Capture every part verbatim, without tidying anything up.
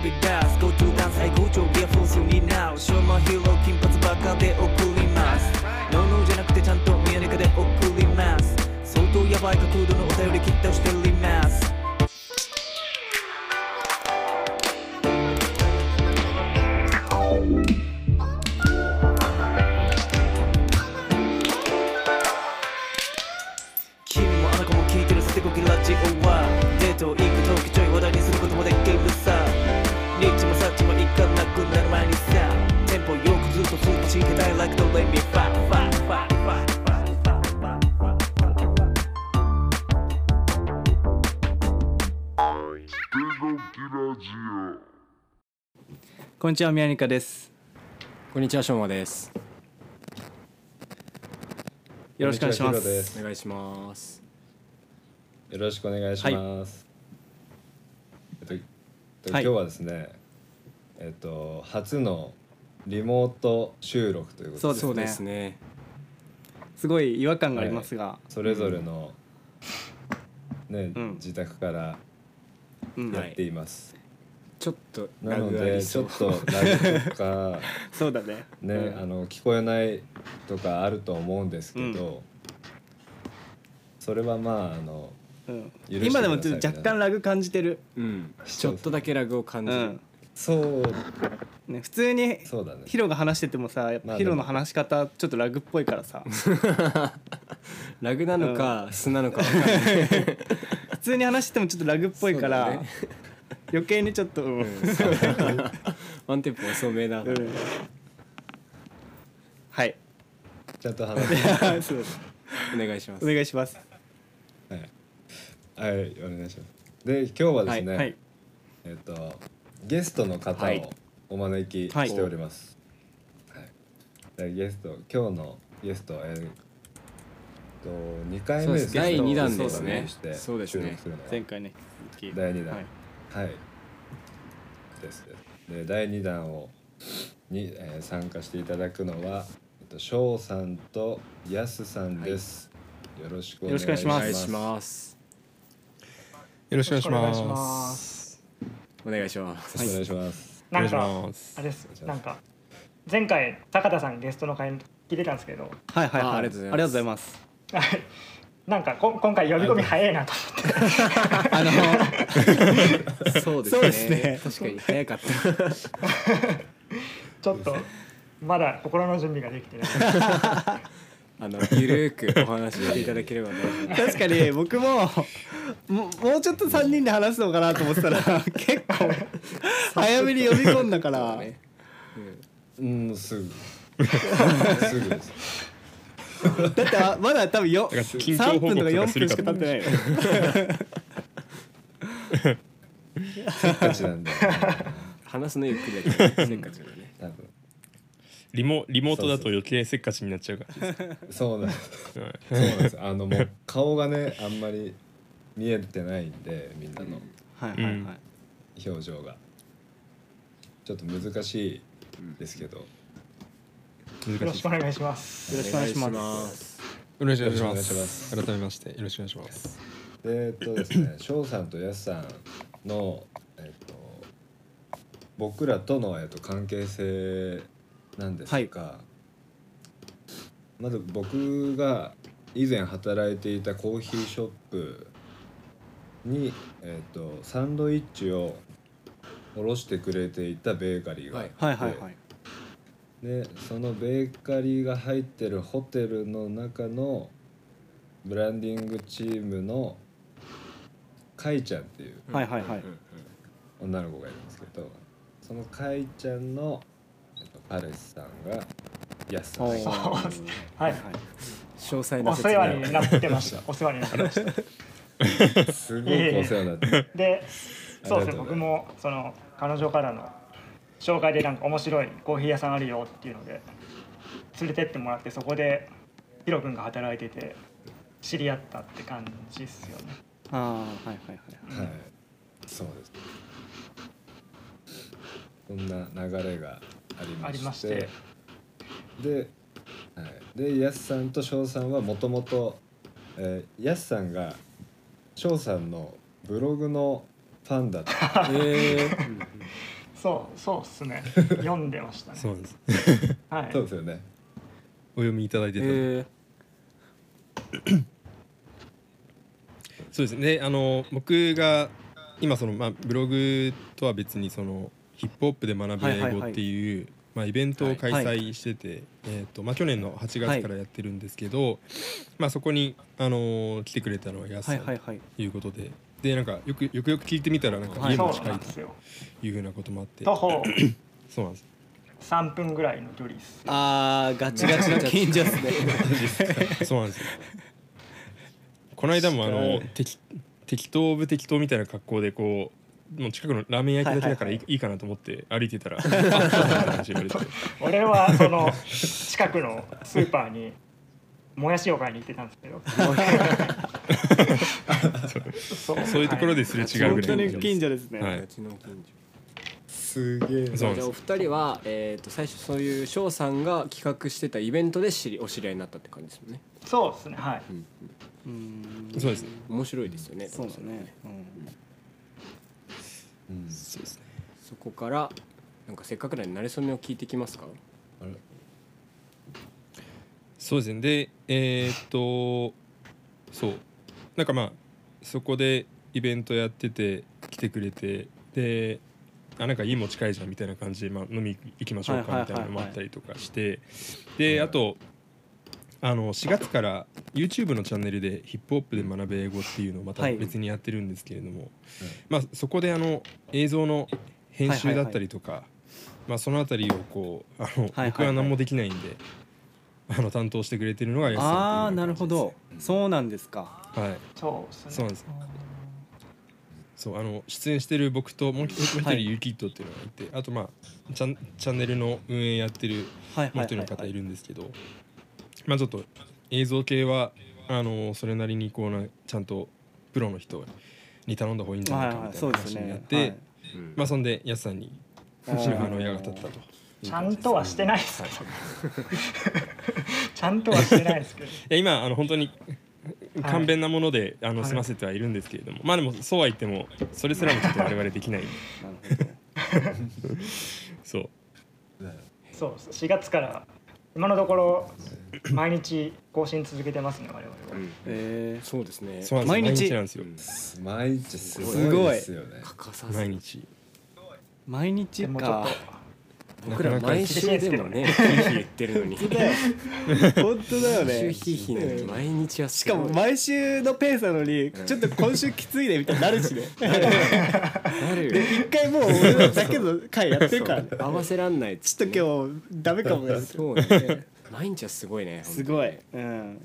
び出す Go to ダン最高潮ギアフォースに Now ショーマンヒーロー金髪バカで送ります。ノーノーじゃなくてちゃんと宮根かで送ります。相当ヤバい角度のお便り切ったしております。君もあの子も聞いてる捨てこきラジオはデート行く時ちょい話題にすることもできるさ。リッチもサッチもいかなくなる前にさテンポよくずっとスープしてたい Like the let me fuck fuck fuck fuckこんにちは、宮根かです。 こんにちは、しょうまです。 よろしくお願いします。 お願いします。 よろしくお願いします。はい、えっと、今日はですね、えっと初のリモート収録ということで、 そうですね。すごい違和感がありますが、はい、 それぞれの、うん、ね、うん、自宅からやっています。 はい、ちょっとなのでちょっとラグとかそうだね。 ね、うん、あの聞こえないとかあると思うんですけど、うん、それはまああの、 うん、今でもちょっと若干ラグ感じてる。 うん、ちょっとだけラグを感じる。うん、 そうね、普通にヒロが話しててもさ、やっぱヒロの話し方ちょっとラグっぽいからさ。 ラグなのか、うん、素なのか分かんない。 普通に話しててもちょっとラグっぽいから、ね、余計にちょっと、うん、 ワンテンポ遅めだ、うん、 はい、 ちゃんと話してそうですお願いします。 お願いします。 はい、はい、お願いします。で今日はですね、はいはい、えっとゲストの方をお招きしております。はいはい、ゲスト今日のゲストは、えー、とにかいめです。 だいにだんですね。 そうですね。 前回ね。 だいにだん、はい、はい、です。でだいにだんをに、えー、参加していただくのは、えっと翔さんとやすさんです。はい、よろしくお願いします。 よろしくお願いします。 お願いします。 お願いします。 なんかあれです。なんか前回高田さんゲストの会に聞いてたんですけど、 はいはいはい、ありがとうございます。 はい。なんかこ今回呼び込み早いなと思って。あのそうですね。そうですね。確かに早かった。 ちょっとまだ心の準備ができてない。 あのゆるくお話ししていただければね。 確かに僕もももうちょっとさんにんで話すのかなと思ってたら結構早めに呼び込んだから。 うん、うん、すぐすぐです。 だってまだ多分よさんぷんとかよんぷんしか経ってないよ。 せっかちなんだよ。 話すのゆっくりだけどせっかちだね。多分リモリモートだと余計せっかちになっちゃうから。 そうなんです。そうなんです。あのもう顔がねあんまり見えてないんでみんなの表情がちょっと難しいですけど。 よろしくお願いします。 よろしくお願いします。 よろしくお願いします。改めましてよろしくお願いします。 えっとですね、翔さんとやすさんのえっと僕らとのえっと関係性なんですが、はい、まず僕が以前働いていたコーヒーショップにえっとサンドイッチを卸してくれていたベーカリーがあって、はいはいはいはい、でそのベーカリーが入ってるホテルの中のブランディングチームのかいちゃんっていう女の子がいるんですけど、そのかいちゃんの彼氏さんがやすさんです。 はいはい。 詳細なお世話になってました。お世話になってました。 すごくお世話になって。 で、そうですね。僕もその彼女からの紹介でなんか面白いコーヒー屋さんあるよっていうので連れてってもらって、そこでヒロ君が働いてて知り合ったって感じですよね。 ああ、はいはいはい。 はい、そうです。そんな流れがありまして、ありましてで、はい、でやすさんと翔さんはもともとやすさんが翔さんのブログのファンだった。 えーそうそうっすね。読んでましたね。 そうなんです。 はい。 そうですよね。 お読みいただいてたんで、 えそうですね。であの僕が今その、まあ、ブログとは別にそのヒップホップで学ぶ英語っていう、まあ、イベントを開催してて、えーとまあ、去年のはちがつからやってるんですけど、まあ、そこに、あのー来てくれたのはやすはさんいはいはい。 ということで、でなんかよくよくよく聞いてみたらなんかはい家もそう近いとなんですよ。 いうふうなこともあって、 徒歩そうなんです。 さんぷんぐらいの距離っす。 あーガチガチの近所っすね。 そうなんですよ。この間もあの適適当部適当みたいな格好でこうもう近くのラーメン焼きだけだからいい,、 はいはいいかなと思って歩いてたらあって話言われて、 俺はその近くのスーパーにもやしを買いに行ってたんですけど。そうそういうところですれ違うぐらいの本当に近所ですね。 はいガチの近所。 すげえ。 そうなんですじゃあお二人は、えー、と最初そういう翔さんが企画してたイベントで知りお知り合いになったって感じですもんね。 そうですね。はい。 うーん。 そうですね。 面白いですよね。 そうだね。うんうん。 そうですね。 そこからなんかせっかくなんで慣れ初めを聞いてきますか。 あれそうですね。でえーっとそうなんかまあそこでイベントやってて来てくれて、であなんか家も近いじゃんみたいな感じで、まあ、飲み行きましょうかみたいなのもあったりとかして、であとあのしがつから YouTube のチャンネルでヒップホップで学ぶ英語っていうのをまた別にやってるんですけれども、まあ、そこであの映像の編集だったりとか、まあ、そのあたりをこうあの僕は何もできないんであの担当してくれてるのがやすさんっていうようああ感じです。 なるほど。そうなんですか。 はい、 そうですね。 そうなんです。そうあの出演してる僕ともう一人はいユキットっていうのがいて、あとまあチャンチャンネルの運営やってるはいもう一人の方いるんですけど、まあちょっと映像系はあのそれなりにこうなちゃんとプロの人に頼んだ方がいいんじゃないかみたいな話になって、まあそんでやすさんにあの矢が立ったと。 ちゃんとはしてないですけど。ちゃんとはしてないですけど。 いや今あの本当に簡便なもので、あの済ませてはいるんですけれども、まあでもそうは言ってもそれすらもちょっと我々できないそうそうです。しがつから今のところ毎日更新続けてますね我々は。 えそうですね。 そうなんです毎日毎日なんですよ。 毎日すごすごいいですよね。 欠かさず毎日毎日でもちょっか。 僕ら毎週でもねヒーヒー言ってるのに本当だよ。本当だよ毎週ね。 ヒーヒーなのに毎日はしかも毎週のペースなのにちょっと今週きついねみたいになるしね。 なるで一回もう俺らだけの回やってるからね。 合わせらんないっちょっと今日ダメかもね。 そうね。毎日はすごいね。 すごい、うん、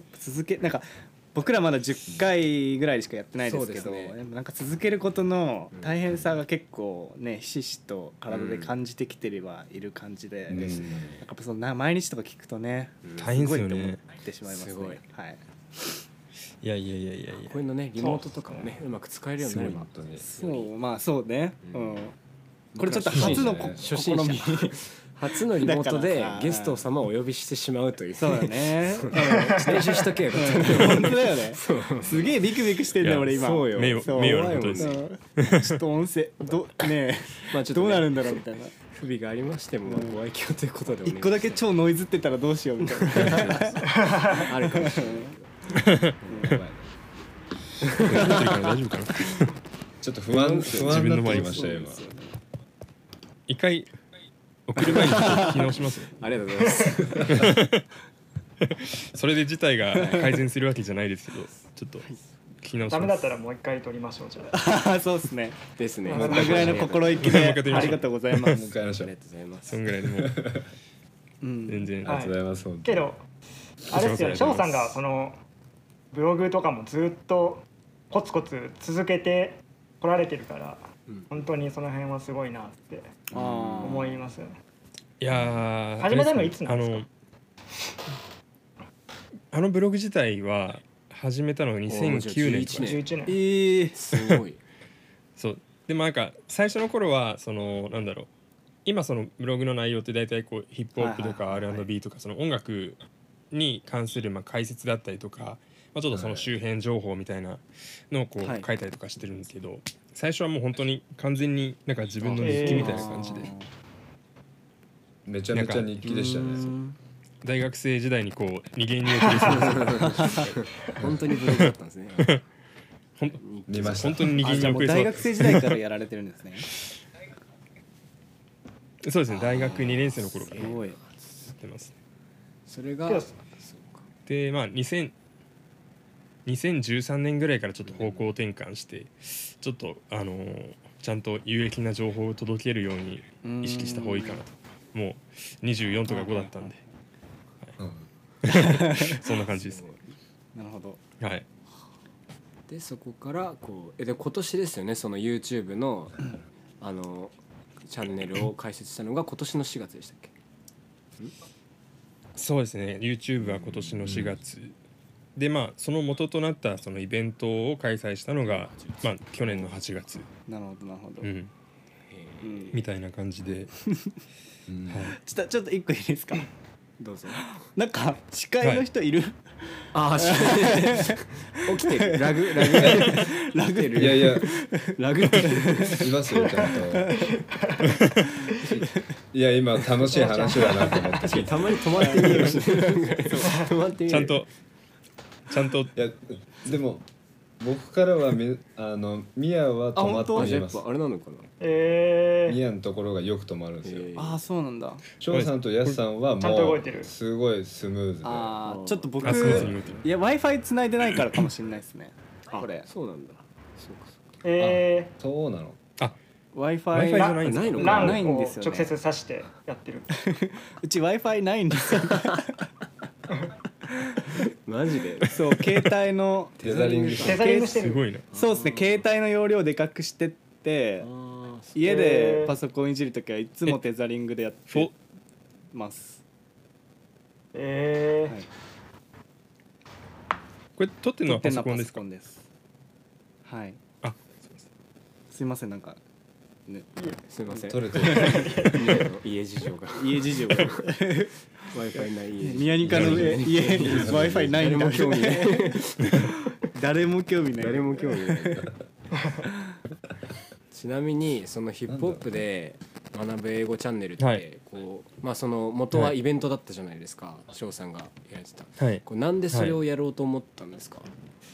続けなんか僕らまだじゅっかいぐらいしかやってないですけど、 そうですねでもなんか続けることの大変さが結構ねひしひしと体で感じてきてればいる感じで、 うんなんかやっぱそのな毎日とか聞くとね、 大変ですよごいと思ね。 ってしまいますね。 すごいはい。 いやいやいやいやいやこういうのねリモートとかもねうまく使えるようになれば本当に。 そうまあそうね、ううんん、これちょっと初のこ初心者試み。 初のリモートでだからさゲスト様をお呼びしてしまうというそうだね。 練習しとけよかったうん本当だよね。すげえビクビクしてんだよ俺今。 そうよ名誉そう名誉なことですよ。 うんちょっと音声どねまあちょっとねどうなるんだろうみたいな。 不備がありましてもご愛嬌ということでお願いします一個だけ超ノイズってたらどうしようみたいな。 あるかもしれないやばい撮ってるから大丈夫かな。 ちょっと不安不安になってきましたよ今。 一回送る前にちょっと聞き直しますよ。 ありがとうございますそれで事態が改善するわけじゃないですけど、ちょっと聞き直しダメだます。 ったらもう一回撮りましょうじゃああそうですね。 ですねそのぐらいの心意気でありがとうございまもうす。 一回やりましょう。 ありがとうございますそんぐらいでもううん。 全然、 はいありがとうございます本当に。 けどあれですよね翔さんがそのブログとかもずっとコツコツ続けてこられてるから、 うん本当にその辺はすごいなってあ思いますよね。 いやー始めたのいつなんですか？ あのあのブログ自体は始めたのがにせんきゅうねんとかおーじゃあじゅういちねん。 えー、 すごいそうでもなんか最初の頃はそのなんだろう今そのブログの内容って大体こうヒップホップとか アールアンドビー とかその音楽に関するまあ解説だったりとか、まあ、ちょっとその周辺情報みたいなのをこうはい書いたりとかしてるんですけど、 最初はもう本当に完全になんか自分の日記みたいな感じで、 めちゃめちゃ日記でしたね。 大学生時代にこう二限に送りそう本当にブログだったんですね。 ほん見ました。 本当に二あじゃあもう限に送りそう大学生時代からやられてるんですね。 そうですね、大学にねん生の頃からやすごい。 ってますね。 それがけどでまあにせんにせんじゅうさんねんぐらいからちょっと方向転換してちょっとあのーちゃんと有益な情報を届けるように意識した方がいいかなと。もうにじゅうよんとかごだったんで、 うん、 そんな感じですね。 なるほど。 はい。 でそこからこうえで今年ですよね、その YouTube のあのチャンネルを開設したのが今年のしがつでしたっけ？ そうですね、 YouTube は今年のしがつ、うん、でまあその元となったそのイベントを開催したのが、まあ、去年のはちがつ、 なるほどなるほど。 うん、 うんみたいな感じで、 うんはい、 ちょっとちょっと一個いいですか？ どうぞ。 なんか司会の人いる？ ああ起きてるラグラグラグてるいやいやラグってるいますよちゃんと。いや今楽しい話だなと思って確かにたまに止まってみる止まってみるちゃんとちゃんといやでも僕からはみあのミヤは止まってあじゃあ見えます。 やっぱあれなのかな。 えー、 ミヤのところがよく止まるんですよ。 えーああそうなんだ。 翔さんとヤスさんはちゃんと動もいてるうすごいスムーズで。 ああちょっと僕あスムーズに動いてるいや Wi-Fi 繋いでないからかもしれないですね。 あこれそうなんだ。そうかそうか。 えそうなの。 Wi-Fi Wi-Fi じゃないんですかー、 ないのかランないんをですよね直接挿してやってる。 うち Wi-Fi ないんですよ。 マジで。 そう携帯のテザリングテザリングしてる。 すごいな。 そうですね携帯の容量でかくしてってあー家でパソコンいじるときはいつもテザリングでやっフォてます。 えーはいこれ撮ってるのはパソコンですか？ 撮ってんのはパソコンです。はい。 あすいませんなんかねすみません。 取れてる。 家事情が家事情が Wi-Fi ない家事情。 宮ニカの上家 Wi-Fi ないんだ。 誰も興味ない。 誰も興味ない。 誰も興味ない。ちなみにそのヒップホップで学ぶ英語チャンネルって、 はいこうまあその元はイベントだったじゃないですか。翔さんがやられてた。 はい。 こうなんでそれをやろうと思ったんですか。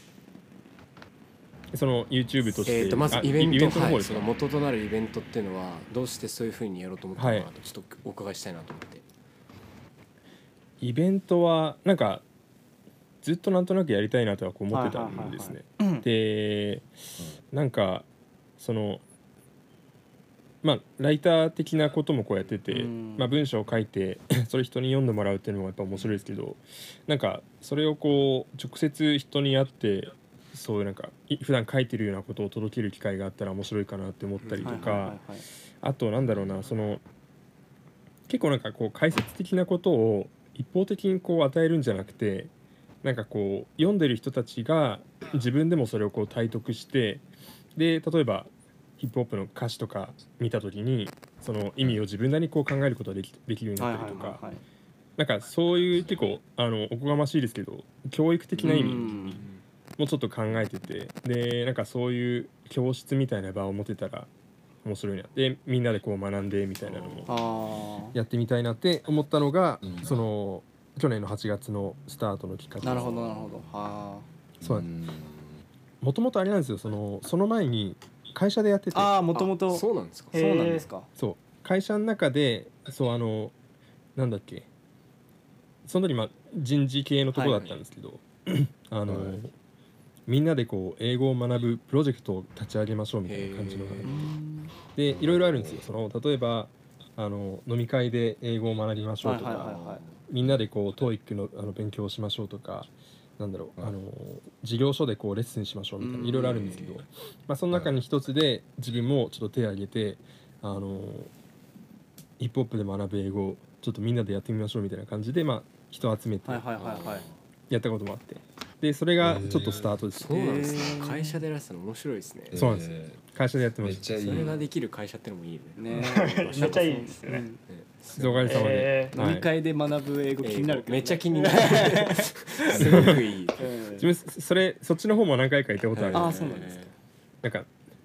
その YouTube として、 えーとまずあイベントイベントのはい、 方ですか？ その元となるイベントっていうのはどうしてそういう風にやろうと思ったのかなとちょっとお伺いしたいなと思って。 イベントはなんかずっとなんとなくやりたいなとはこう思ってたんですね。で、なんかそのまあライター的なこともこうやってて、 うんまあ文章を書いてそれ人に読んでもらうっていうのもやっぱ面白いですけど、なんかそれをこう直接人に会ってそういうなんかい普段書いてるようなことを届ける機会があったら面白いかなって思ったりとか、 はいはいはいはいあとなんだろうな、その結構なんかこう解説的なことを一方的にこう与えるんじゃなくて、なんかこう読んでる人たちが自分でもそれをこう体得して、で例えばヒップホップの歌詞とか見た時にその意味を自分なりにこう考えることができできるようになったりとか、なんかそういう結構あのおこがましいですけど教育的な意味もちょっと考えてて、でなんかそういう教室みたいな場を持てたら面白いな、でみんなでこう学んでみたいなのもあやってみたいなって思ったのが、 うんその去年のはちがつのスタートのきっかけあなるほどなるほど。はそううんもともとあれなんですよ、そのその前に会社でやってて、 ああもともあとそうなんですか。 そうなんですか。 そう会社の中でそうあのなんだっけその時まあ人事系のところだったんですけど、あの、 はいみんなでこう英語を学ぶプロジェクトを立ち上げましょうみたいな感じのがあってへでいろいろあるんですよ。その例えばあの飲み会で英語を学びましょうとか、 はいはいはいはいみんなでこう トーイック のあの勉強をしましょうとか、なんだろう、 はいあの事業所でこうレッスンしましょうみたいうんないろいろあるんですけど、まあ、その中に一つで自分もちょっと手を挙げてあのヒップホップで学ぶ英語をちょっとみんなでやってみましょうみたいな感じで、まあ、人を集めてはいはいはいはい。 やったこともあって、でそれがちょっとスタートです、 そうなんですね。 へー会社でやらせたの面白いですね。 そうなんですえ会社でやってーました。 めっちゃいい。 それができる会社ってのもいいね。 ねめっちゃいいですよね。 ねおかげさまで、 え飲み会で学ぶ英語気になるけどね。 めっちゃ気になる。すごくいい。 うん自分それそっちの方も何回か行ったことあるんで、 あーそうなんですかなんか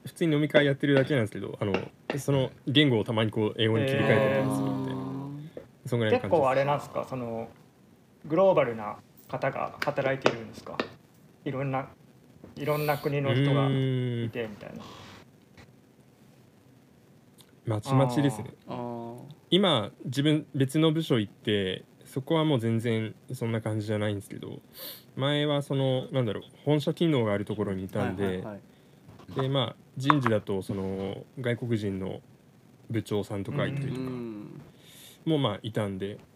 普通に飲み会やってるだけなんですけど、あのその言語をたまにこう英語に切り替えたりとかするんで、そんぐらいの感じです。 結構あれなんですか、そのグローバルな方が働いてるんですか？いろんないろんな国の人がいてみたいな。 まちまちですね。 あ今自分別の部署行ってそこはもう全然そんな感じじゃないんですけど、前はそのなんだろう本社機能があるところにいたんで、 はいはいはいでまあ人事だとその外国人の部長さんとかいたりとうかんもまあいたんで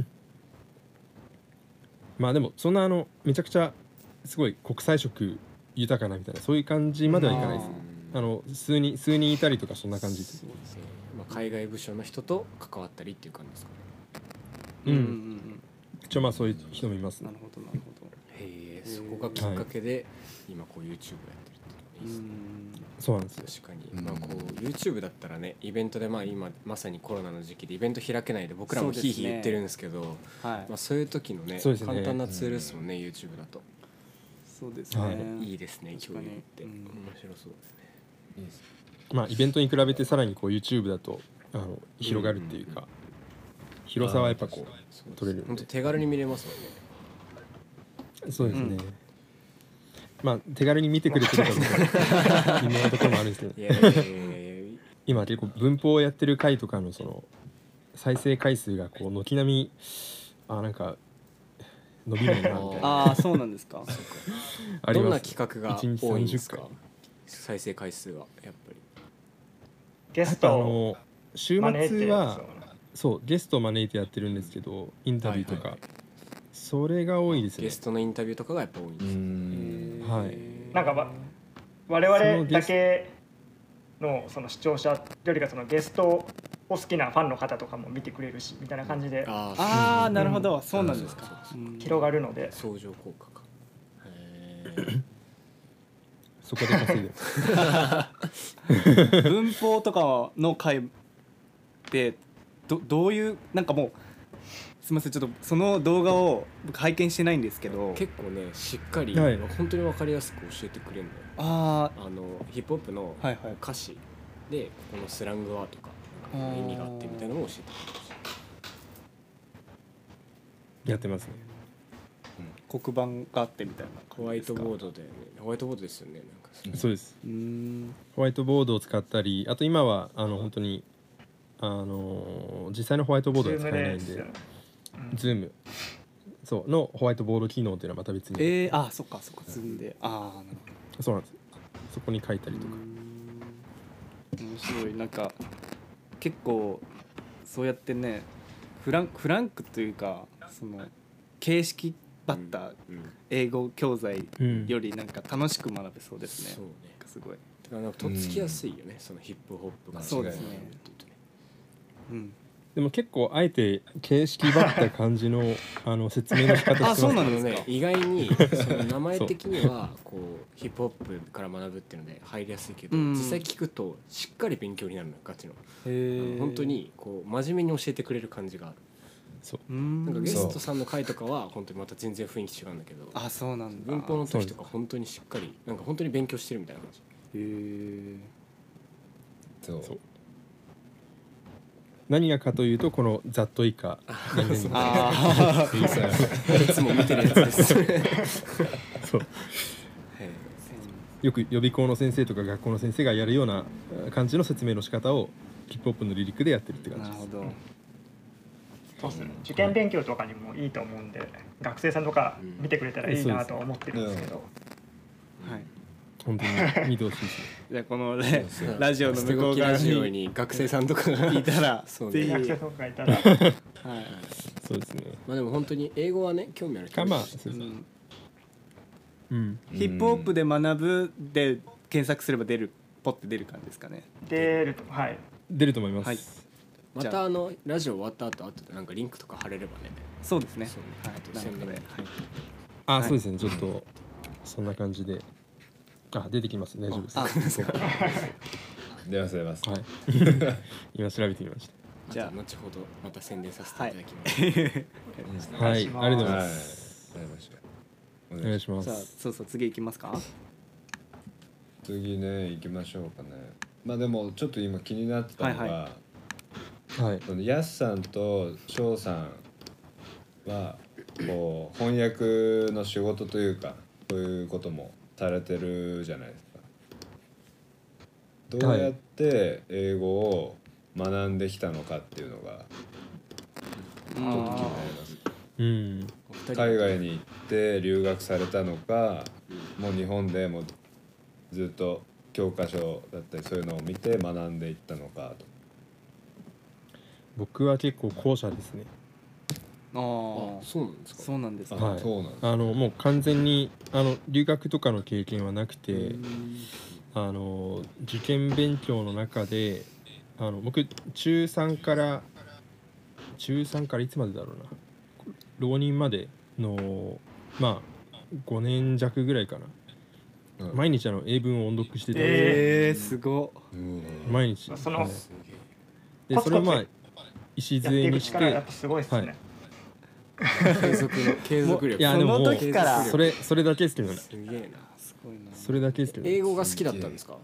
まあでもそんなあのめちゃくちゃすごい国際色豊かなみたいなそういう感じまではいかないです。あの数人数人いたりとかそんな感じです。 そうですね、まあ、海外部署の人と関わったりっていう感じですかね。 ううんんうんうん一応まあそういう人もいますねなるほどなるほどへえ、そこがきっかけで今こう YouTube やってるっていうのがいいですね。 そうなんですよ。 確かに、 うんまあこう YouTube だったらねイベントでまあ今まさにコロナの時期でイベント開けないで僕らもヒーヒー言ってるんですけど、 はいまあそういう時のねそうですね簡単なツールですもんね、YouTube だと。 そうですはいねいいですね、共有って、 うん面白そうですね。 いいですまあイベントに比べてさらにこう YouTube だとあの広がるっていうか、広さはやっぱこそうう取れるんで。 本当手軽に見れますもんね。 そうですね。まあ手軽に見てくれてるかどうか微妙なところもあるんですけど、 いやいやいやいやいや今結構文法をやってる回とかのその再生回数がこう軒並みあなんか伸びないなみたいなああそうなんですかあります。 どんな企画がいちにち多いんですかさんじゅっかい。 再生回数はやっぱり。 ゲスあとあトをの週招いて末はそうゲストを招いてやってるんですけどインタビューとか、 はいはいそれが多いですねゲ。ストのインタビューとかがやっぱ多いんうですよ。 んはいなんかわ我々だけのその視聴者よりかそのゲストを好きなファンの方とかも見てくれるしみたいな感じであああなるほどうんそうなんですかうん広がるので、 相乗効果か。へーそこで稼いで文法とかの回ってどどういうなんかもうすみませんちょっとその動画を僕拝見してないんですけど結構ねしっかり、 はい本当に分かりやすく教えてくれるのよ。 ああのヒップホップのあはいはい歌詞でここのスラングはとかなんか意味があってみたいなのを教えてくれるし。 やってますね。 黒板があってみたいなホワイトボーードで、ね、ホワイトボードですよね。なんかうんそうです。 ドうーんホワイトボードを使ったり、あと今はあの本当にあの実際のホワイトボードは使えないんで、ズームそうのホワイトボード機能っていうのはまた別に、 えー、あそっかそっか積んでああなるほどそうなんです。そこに書いたりとか。 うーん面白いなんか結構そうやってねフランフランクというかその形式ばったうん英語教材うんよりなんか楽しく学べそうですね、 そうね。 なんかすごい、 てかなんかとっつきやすいよね、そのヒップホップが。 そうですねっていうとねうん、 でも結構あえて形式ばった感じのあの説明の仕方してます。 あそうなんですかあのね、意外にその名前的にはこうヒップホップから学ぶっていうので入りやすいけど、 うん実際聞くとしっかり勉強になるのよガチの。 へあえの本当にこう真面目に教えてくれる感じがある。 そう。 うーんなんかゲストさんの回とかは本当にまた全然雰囲気違うんだけど、 あそうなんだ文法の時とか本当にしっかりなんか本当に勉強してるみたいな感じ。 へえそうそう何がかというとこのざっと以下何々 あいつも見てるやつです。 そうへよく予備校の先生とか学校の先生がやるような感じの説明の仕方をヒップホップのリリックでやってるってー感じです。 なるほどそうですね、受験勉強とかにもいいと思うんで学生さんとか見てくれたらいいなとは思ってるんですけど、 はい本当に見てほしいですね。 じゃあこのねそうそうラジオの捨て向こう側動きラジオにに学生さんとかがいたらそうねぜひ学生とかいたらはいそうですね。 まあでも本当に英語はね興味ある人かまあ多いしそうですうんうん。 ヒップホップで学ぶで検索すれば出るポッて出る感じですかね出るとはい出ると思います。 はいまたあのラジオ終わった後後でなんかリンクとか貼れればね。 そうですねそうねはいあとなるほどね宣伝あ、 はいそうですね。ちょっとそんな感じで、あ出てきます。大丈夫です。 あは出ます出ますい。今調べてみましじゃあじゃあ後ほどまた宣伝させていただきます。 た。はい。ありがとうございはいます。 わかりましたお願いしまじゃあす。 そうそう次行きますか次ね行きましょうかね。まあでもちょっと今気になってたのが、 はいははいそのヤスさんと翔さんはこう翻訳の仕事というかそういうこともされてるじゃないですか。どうやって英語を学んできたのかっていうのがちょっと気になります。 うん海外に行って留学されたのか、もう日本でもうずっと教科書だったりそういうのを見て学んでいったのかと。 僕は結構後者ですね。 ああそうなんですか。 そうなんですか。 はいそうなんです。 あのもう完全にあの留学とかの経験はなくて、 うんあの受験勉強の中であの僕中さんから中さんからいつまでだろうな浪人までのまあごねん弱ぐらいかな、 うん毎日あの英文を音読してて、 えー、すごっ。 うん毎日そのはいでコツコツそれをまあ礎やっていくにして力やっぱすごいですね、 はい継続の継続力。 いやでももうその時からそれそれだけですけどねすげえな。 すごいな。 それだけですけどね英語が好きだったんですか。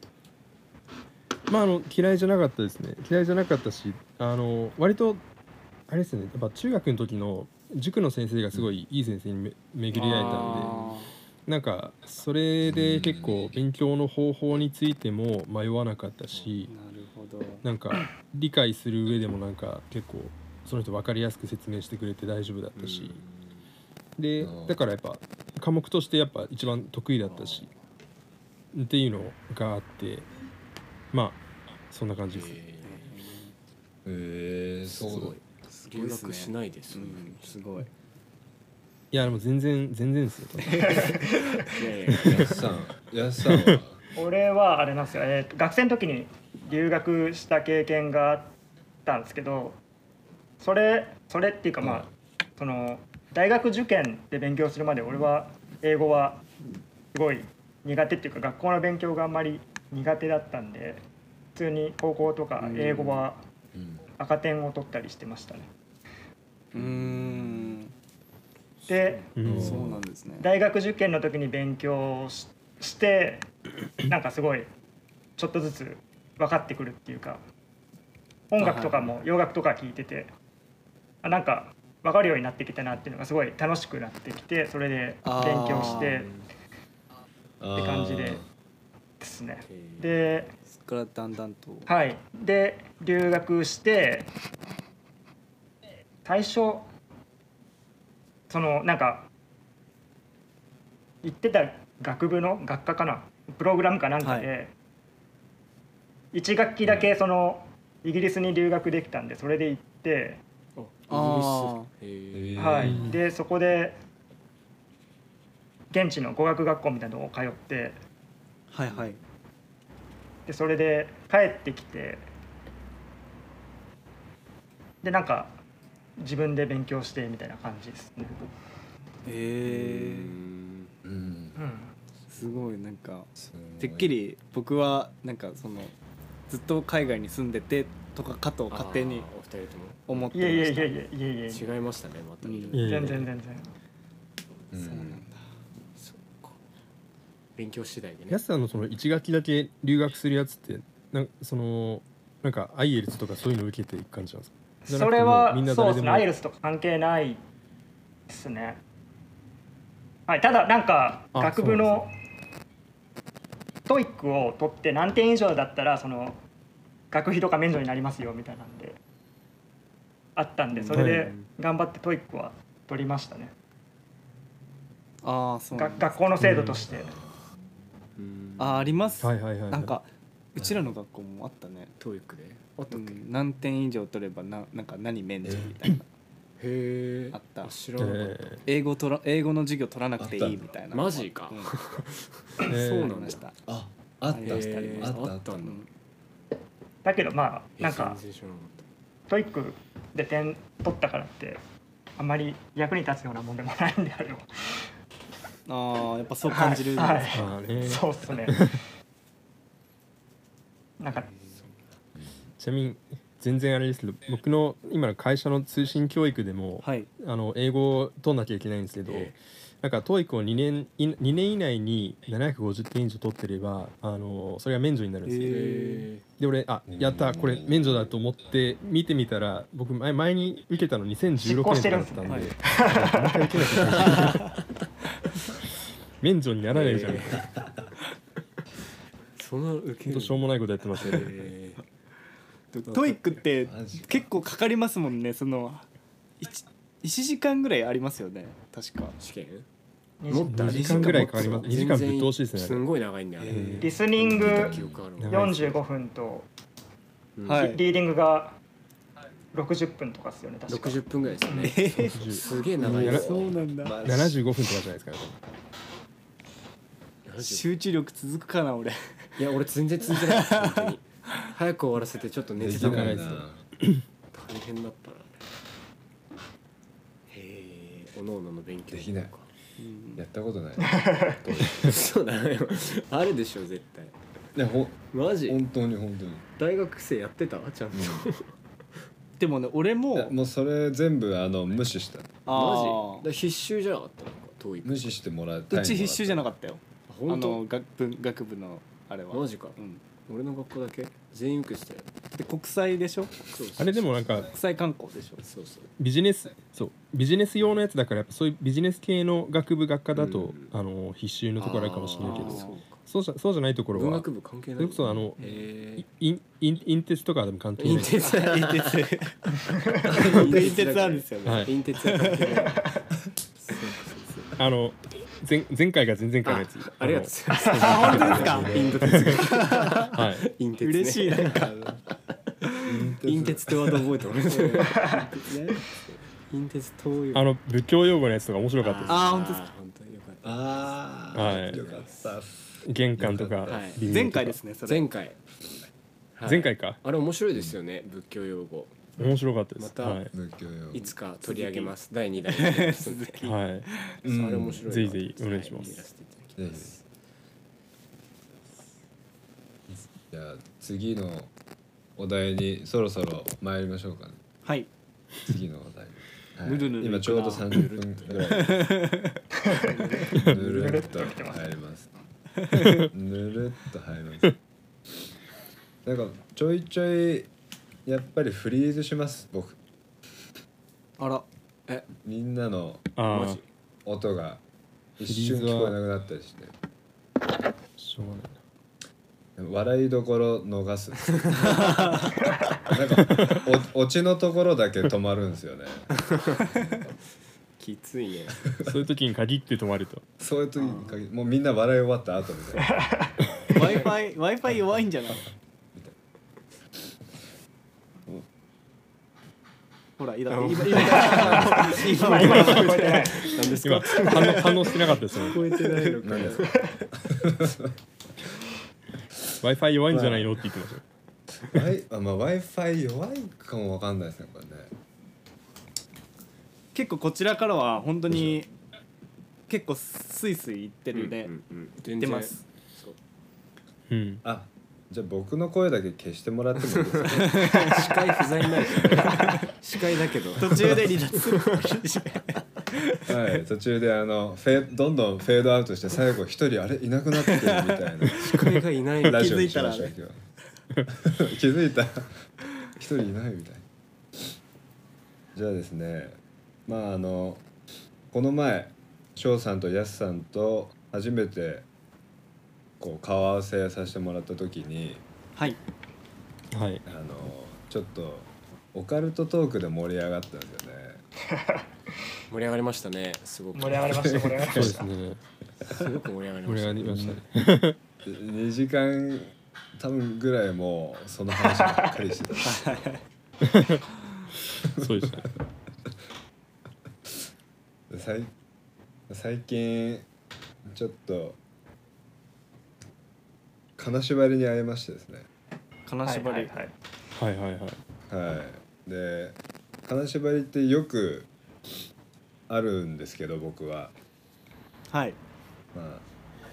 まああの嫌いじゃなかったですね嫌いじゃなかったしあの割とあれですねやっぱ中学の時の塾の先生がすごいいい先生にめ巡り会えたんであなんかそれで結構勉強の方法についても迷わなかったしーなるほど。 なんか理解する上でもなんか結構その人分かりやすく説明してくれて大丈夫だったしでだからやっぱ科目としてやっぱ一番得意だったしっていうのがあってまあそんな感じですね。 へえそうだ。 留学しないですう。ん、すごい。 いやでも全然全然ですよ。 いやいやヤスさんヤスさんは俺はあれなんですよ、えーと学生の時に留学した経験があったんですけど、それそれっていうかまあ、その大学受験で勉強するまで俺は英語はすごい苦手っていうか学校の勉強があんまり苦手だったんで普通に高校とか英語はうん赤点を取ったりしてましたね。 うーん。 でうんそうなんですね。 大学受験の時に勉強ししてなんかすごいちょっとずつ分かってくるっていうか音楽とかも洋楽とか聴いててあなんか分かるようになってきたなっていうのがすごい楽しくなってきてそれで勉強してって感じでですね。でそこからだんだんと。 はいで留学して最初そのなんか行ってた学部の学科かなプログラムかなんかはでいち学期だけそのイギリスに留学できたんでそれで行って、 あイギリス。へえ。 はいうんでそこで現地の語学学校みたいなのを通ってはいはい。 でそれで帰ってきてでなんか自分で勉強してみたいな感じですね。 えー、 うんうんすごいなんかすごいてっきり僕はなんかそのずっと海外に住んでてとかかと勝手にあーお二人とも思っていやいやました。 いやいやいやいや違いましたねまた。 うんいやいや全然全然うんそうなんだ。 そっか。勉強次第でねや。すさんのそのいち学期だけ留学するやつってなんそのなんか アイエルツ とかそういうの受けていく感じなんですか。じゃなくてもうそれはみんな誰でもそうですねアイエルツとか関係ないですね。はいただなんかあ学部のトイックを取って何点以上だったらその学費とか免除になりますよみたいなんであったんでそれはでい頑張ってトイックは取りましたね。 ああそうなんだ。 が学校の制度としてうんああります。 はいはいはいはいなんかうちらの学校もあったね。 トーイックであったっけ。へうん何点以上取ればななんか何免除みたいな。 え。 あった知らなかった。 え英語取ら英語の授業取らなくていいみたいな。 マジかうんーえーそうなんだありました。 ああったありましたありましたあったあったあったんだ。 だけどまあなんか全然知らなかっトイックで点取ったからってあんまり役に立つようなもんでもないんであればああやっぱそう感じるんですか。 はいまあねそうっすねなんかちなみに全然あれですけど僕の今の会社の通信教育でも、 はい。 あの英語を取んなきゃいけないんですけど、 えなんか トーイック をにねんいにねん以内にななひゃくごじゅってん以上取ってればあのそれが免除になるんですよ、 へで俺あやったこれ免除だと思って見てみたら僕前前に受けたのにせんじゅうろくねんとかだったんで、もう一回受けなきゃいけない免除にならないじゃん、 えその受けほんとしょうもないことやってましたねえトイックってマジか結構かかりますもんね。そのいちじかんぐらいありますよね確か。 試験にもっとあるにじかんぐらいかかります。にじかんぶっ通しですねあれすんごい長いんだよあれ、 えリスニング記憶あるわ長いよんじゅうごふんとうんはいリーディングがろくじゅっぷんとかですよね確かろくじゅっぷんぐらいですよねすげえ長いやらですそうなんだ。 ななじゅうごふんとかじゃないですかね集中力続くかな俺。 いや俺全然続いてない本当に早く終わらせてちょっと寝でてたから大きないな。 変だったなへえおのおのの勉強できないかやったことない。 そうだねあるでしょ絶対いやほマジ本当に本当に。 大学生やってたちゃんとでもね俺いやももうそれ全部あの無視した。 マジあだから必修じゃなかったのか遠い無視してもらう。 ーうち必修じゃなかかったよ。あ本当の学部学部のあれは。 マジかうん。 俺の学校だけ全員受けしたよで国際でしょ。 そうそうあれでもなんか国際観光でしょ。 そうそうビジネスそうビジネス用のやつだからやっぱそういうビジネス系の学部学科だと、 うんあの必修のところあるかもしれないけどあーそうかそうじゃそうじゃないところは文学部関係ないそれこそあのへインインインテスとかでも関係ないえインテツインテツ僕インテツなんですよね。 はいインテツは関係ないそうそうそうあの前前回が前々回のやつありがとうございますあ本当ですか。 インテツはいインテツね嬉しいなんか。 インテツってワード覚えてますねインテツ遠いあの仏教用語のやつとか面白かったですあー本当ですか本当によかっああ、 はいよかったっす。 玄関とかはい微妙とか前回ですねそれ。 た前回はい前回かあれ面白いですよね仏教用語面白かったですまたはい仏教用いつか取り上げますだいにだんですんではいそうあれ面白いなぜひぜひお願いしますはやらせていただきますじゃあ次のお題にそろそろ参りましょうかね。 はい。 次のお題。はいぬるぬる今ちょうどさんじゅっぷんぐらい。ぬるっと入ります。ぬるっと入ります。なんかちょいちょいやっぱりフリーズします僕。 あら。 みんなのああマジ音が一瞬聞こえなくなったりして。 しょうがない笑いどころ逃すなんかおオチのところだけ止まるんですよね。 きついねそういう時に限って止まるとそういう時に限りもうみんな笑い終わった後みたいな。 Wi-Fi Wi-Fi 弱いんじゃない。ほら、いだ今今今今今聞こえてない何です今か反応反応してなかったですよね聞こえてないのか何ですか Wi-Fi 弱いんじゃないのって言ってましたよ Wi- あまあ Wi-Fi 弱いかもわかんないですねこれね。 結構こちらからは本当に結構スイスイ言ってるね。 うんうんうん言ってます。 そううんあじゃあ僕の声だけ消してもらってもいいですか。 視界不在になる視界だけど途中で離脱する。 はい途中であのフェどんどんフェードアウトして最後一人あれいなくなってるみたいな視界がいないのラジオにしましょう気今日気づいた一人いないみたいな。じゃあですねまああのこの前翔さんとヤスさんと初めてこう顔合わせさせてもらった時にはい。 はいあのちょっとオカルトトークで盛り上がったんですよね。 盛り上がりましたねすごく盛り上がりました盛り上がりそうでましたすねすごく盛り上がり盛り上がましたりましたねにじかん多分ぐらいもうその話ばっかりしてた。 そうでしたね最最近ちょっと金縛りに会いましてですね。 金縛り。 はいはいはいはいはいはいはいで金縛りってよくあるんですけど僕ははい。 ま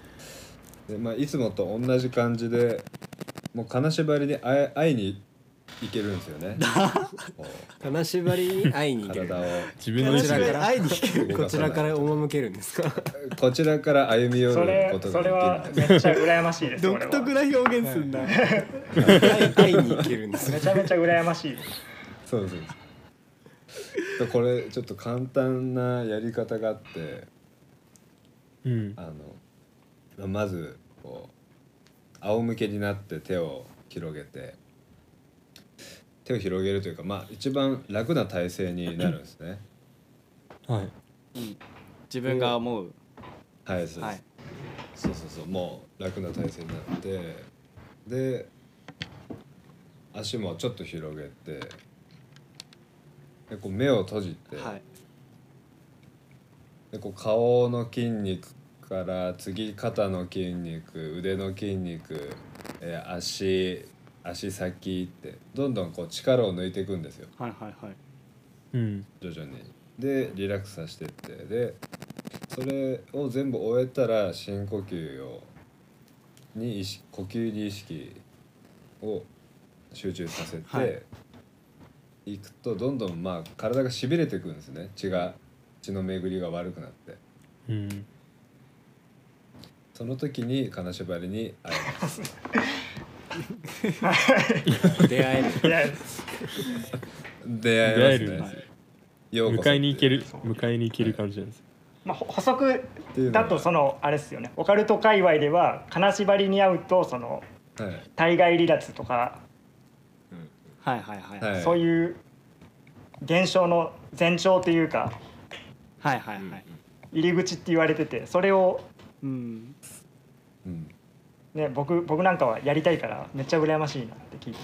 あで、まあ、いつもと同じ感じでもう金縛りに会え会いに行けるんですよねこう金縛りに会いに行ける。 体を自分の意思でこちらから会いに行けるこちらから赴けるんですか。 こちらから歩み寄るそれことそれがはできるんですめっちゃ羨ましいです。 独特な表現すんな、 会い会いに行けるんですめちゃめちゃ羨ましい。 そうそうそうこれちょっと簡単なやり方があってうんあのまずこう仰向けになって手を広げて手を広げるというかまあ一番楽な体勢になるんですねはい自分が思う、 はいそうです、 はい、 そうそうそうもう楽な体勢になってで足もちょっと広げてでこう目を閉じて、 はい、 でこう顔の筋肉から次肩の筋肉腕の筋肉、えー足足先ってどんどんこう力を抜いていくんですよはいはいはいうん徐々に。でリラックスさせてってでそれを全部終えたら深呼吸をに意識呼吸に意識を集中させはいていくとどんどんまあ体がしびれていくんですね。血が血の巡りが悪くなってうんその時に金縛りに会えます出会える。 いや出会えますね、 出会えるんですよようこそ迎えに行けるそう迎えに行ける感じなんですよまあ、ほ補足っていうのがだとそのあれですよね。オカルト界隈では金縛りに遭うとそのはい体外離脱とか、 はいはいはいはいそういう現象の前兆というかはいはいはい入り口って言われてて、それをうんうんね僕僕なんかはやりたいからめっちゃ羨ましいなって聞いて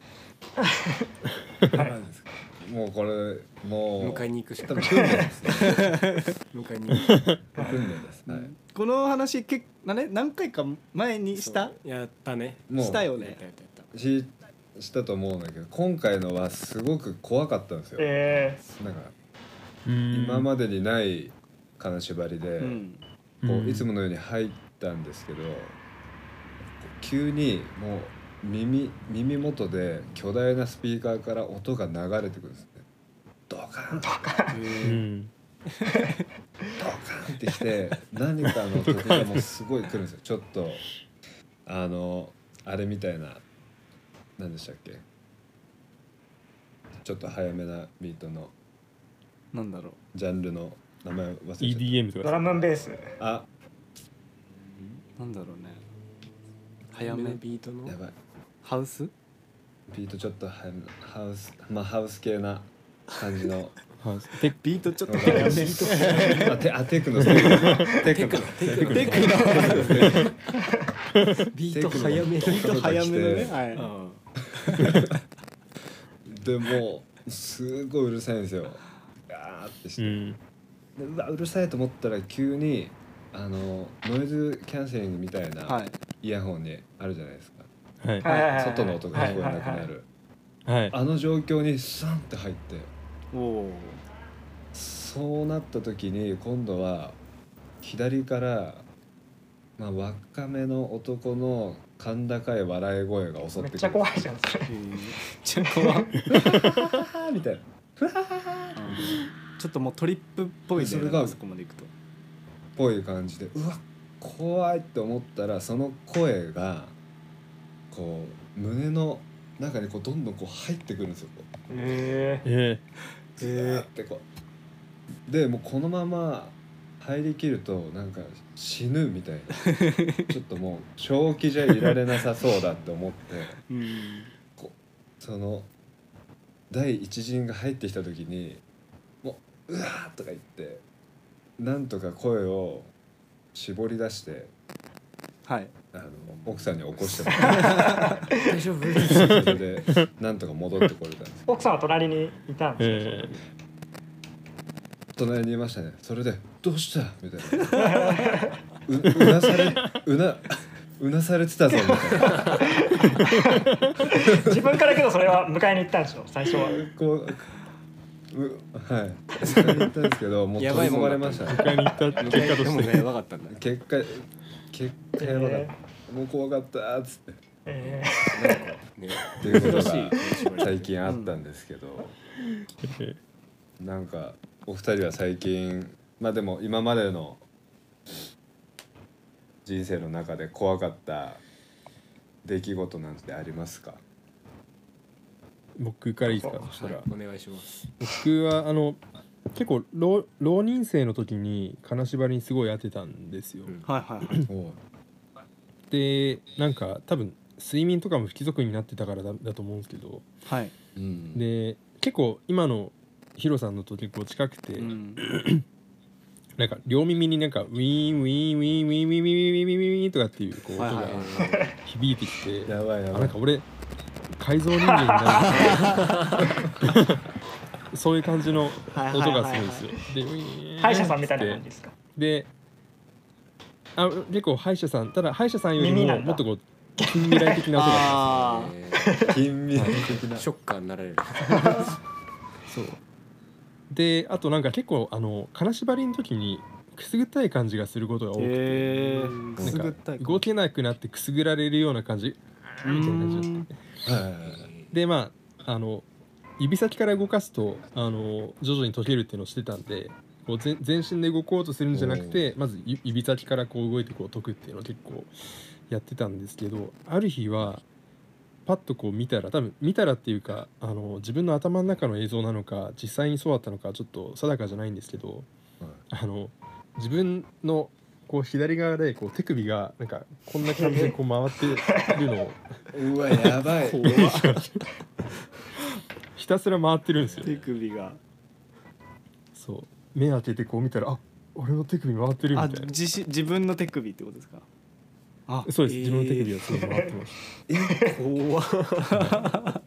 ます。はいもうこれもう迎えに行くしか多分訓練ですね迎えに行く。 訓練です、はい、 この話けな、ね、何回か前にしたそうやったね。 もうしたよねやったやったやった。 ししたと思うんだけど今回のはすごく怖かったんですよ、 えなんかうん今までにない金縛りで、 うんこううんいつものように入ったんですけど、こう急にもう耳耳元で巨大なスピーカーから音が流れてくるんですね。ドカンドカンうんドカンってきて何かの時がもうすごい来るんですよ。ちょっとあのあれみたいな何でしたっけ、ちょっと早めなビートのなんだろうジャンルの名前忘れちゃった。 イーディーエム とー、 かドラムンベース。 あなんだろうね早めのビートのやばいハウスビートちょっと早めハウスまあハウス系な感じのはいでビートちょっと早めあテあテクノテクノテクノテクノテクビート早め。 ビート早めのね、 テはいでもうすごいうるさいんですよ。ガーってして、 うんでうわうるさいと思ったら急にあのノイズキャンセリングみたいなはいイヤホンにあるじゃないですか、 はいはいはいはい外の音が聞こえなくなる、 はいあの状況にスンって入っておおそうなった時に今度は左から、まあ、若めの男の甲高い笑い声が襲ってくる。 めっちゃ怖いじゃんそれ。 めっちゃ怖っみたいなちょっともうトリップっぽいねそれがあそこまで行くとぽい感じでうわ怖いって思ったらその声がこう胸の中にこうどんどんこう入ってくるんですよ。こええうずーってこうでもうこのまま入りきるとなんか死ぬみたいなちょっともう長期じゃいられなさそうだって思ってうんこうその第一陣が入ってきた時にもううわーとか言ってなんとか声を絞り出してはいあの奥さんに起こしてもらって大丈夫。 それでなんとか戻ってこれたんです。 奥さんは隣にいたんですよ。 え隣にいましたね。それでどうしたみたいな う, うなされうなうなされてたぞみたいな自分からけどそれは迎えに行ったんでしょ最初は。 こううはい迎えに行ったんですけどもうやばいもんだった取り込まれましたね。 迎えに行った結果とでもしてね、分かったんだ。 結果結果やばかった、もう怖かったっつってえなんかねっていうことが珍しい金縛り最近あったんですけど、なんかお二人は最近まあでも今までの人生の中で怖かった出来事なんてありますか？ 僕からいいですか？そしたら、 お願いします。 僕はあの結構浪浪人生の時に金縛りにすごい当てたんですよ、 うんはいはいはいおうでなんか多分睡眠とかも不規則になってたからだだと思うんですけど、 はいうんで結構今のヒロさんのと結構近くて、 うんなんか両耳になんかウィーンウィーンウィーンウィーンウィーンウィーンウィーンウィーンウィーンとかっていうこう音がはいはい響いてきて、 やばいやばあないんか俺改造人間になるそういう感じの音がするんですよ。でウィーン歯医者さんみたいな感じですか？ であ結構歯医者さんただ歯医者さんより耳なんだももっとこう近未来的な音があえ近未来的なーショッカーになられる。 そうであとなんか結構あの金縛りの時にくすぐったい感じがすることが多くて、 へえくなんかすぐったい動けなくなってくすぐられるような感じうみたいな感じだんったはいはいはいでまああの指先から動かすとあの徐々に解けるっていうのをしてたんでこう全全身で動こうとするんじゃなくてまずゆ指先からこう動いてこう解くっていうのを結構やってたんですけど、ある日はパッとこう見たら多分見たらっていうかあの自分の頭の中の映像なのか実際にそうだったのかちょっと定かじゃないんですけど、あの自分のこう左側でこう手首がなんかこんな感じでこう回ってるのをうわやばいひたすら回ってるんですよ。 手首がそう目開けてこう見たらあ俺の手首回ってるみあたいな。 自し自分の手首ってことですか？あそうです、自分の手首はすごい回ってまし怖っ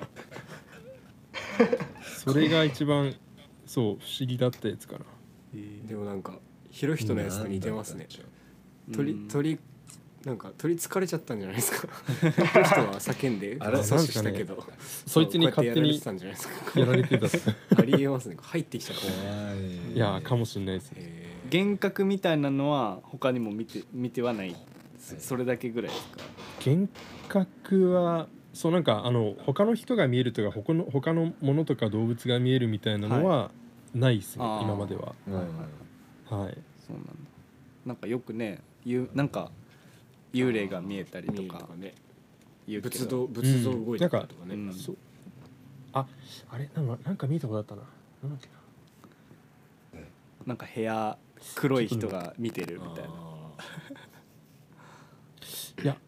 た。それが一番そう不思議だったやつかな。 でもなんかヒロヒトのやつと似てますね。 うん鳥鳥なんか取りつかれちゃったんじゃないですか。ヒロヒトは叫んであれ阻止したけど、 そいつに勝手にこうやってやられてたんじゃないですか。 やられてたっすありえますね。入ってきちゃった。 怖いいやかもしれないですね。 え幻覚みたいなのは他にも見て見てはないそそれだけぐらいですか？ 幻覚はそうなんかあの他の人が見えるとか他の他のものとか動物が見えるみたいなのはないですね、 あー今までは。 うんうんはい。 そうなんだ。なんかよくねゆなんか幽霊が見えたりー、見えとかるとかね。 言うけ仏ど像仏像動いてたりとかね。 うんそうああれなんかなんか見えたことあったな。なんだっけな。 なんか部屋黒い人が見てるみたいな。 いや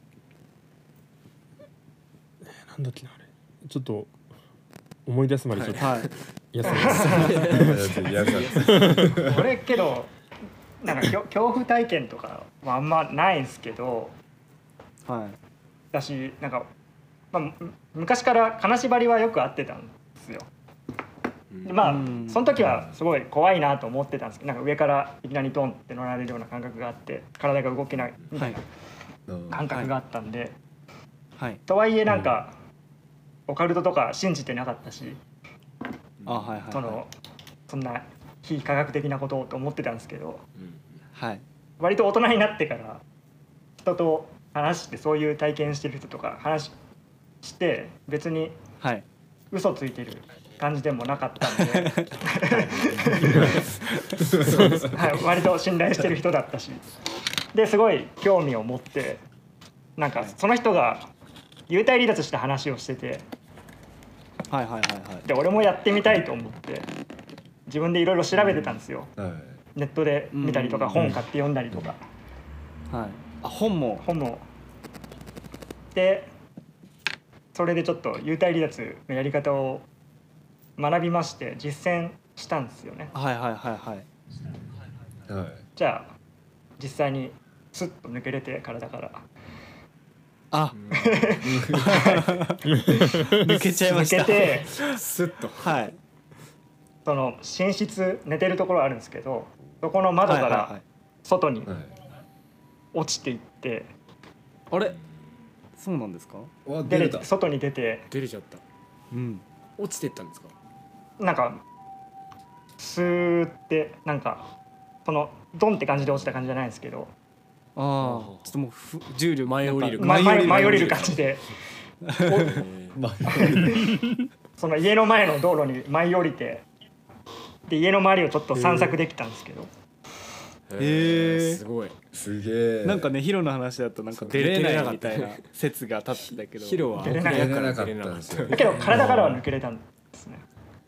えーなんだっけなあれちょっと思い出すまでちょっとはい休みます。 やだ俺けどなんかきょ恐怖体験とかはあんまないんすけど、 はいだしなんか、まあ、む昔から金縛りはよくあってたんですよ。でまあうんその時はすごい怖いなと思ってたんですけど、なんか上からいきなりドンって乗られるような感覚があって体が動けないみたいなうん感覚があったんで、 はいとはいえなんか、オカルトとか信じてなかったし、 あはいはいそのそんな非科学的なことをと思ってたんですけど、 はい割と大人になってから人と話してそういう体験してる人とか話して別にはい嘘ついてる感じでもなかったんではい、割と信頼してる人だったしですごい興味を持ってなんかその人が幽体離脱した話をしててはいはいはいはいで俺もやってみたいと思って自分でいろいろ調べてたんですよ。 はいネットで見たりとかうん本買って読んだりとかはいあ本も本もでそれでちょっと幽体離脱のやり方を学びまして実践したんですよね。 はいはいはいはいはいじゃあ実際にスッと抜けれて体からあ抜けちゃいました抜けてスッと。 はいその寝室寝てるところあるんですけどそこの窓からはいはいはい外にはい落ちていってあれそうなんですか？ わ出れた出れて外に出て出れちゃった。 うん落ちてったんですか？ なんかスーってなんかそのドンって感じで落ちた感じじゃないんですけどああちょっともうふ重力前降りる前前前降りる感じでまあその家の前の道路に舞い降りてで家の周りをちょっと散策できたんですけど、 へーすごい。 すげえ。 なんかねヒロの話だとなんか出れないみたいな説が立ってたけどヒロは出れない出れなかったんですよ。 けど体からは抜けれたんですね。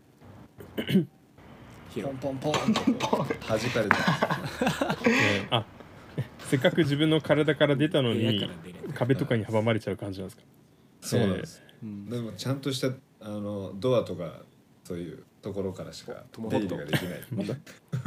ヒロポンポンポンポンポン弾かれた。 ねあせっかく自分の体から出たの部屋にから出れない壁とかに阻まれちゃう感じなんですか。 そうなんです。 うんでもちゃんとしたあのドアとかそういうところからしか出入りができない。 また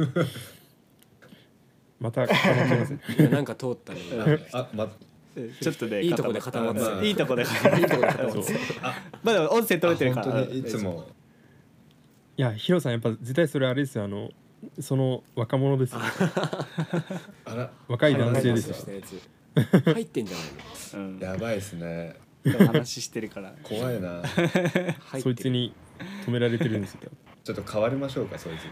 また固まってますね。 今なんか通ったね。 あ、ま、 ちょっとねいいとこで固まってたいいとこで固まっていいとこで固まってそうまだ音声取れてるから本当にいつもいやヒロさんやっぱ絶対それあれですよ、あのその若者ですよ。 あら若い男性ですよ。 したやつ入ってんじゃないの。 うんやばいですね。 話してるから怖いな。 入ってるそいつに止められてるんですよ。 ちょっと変わりましょうかそいつに。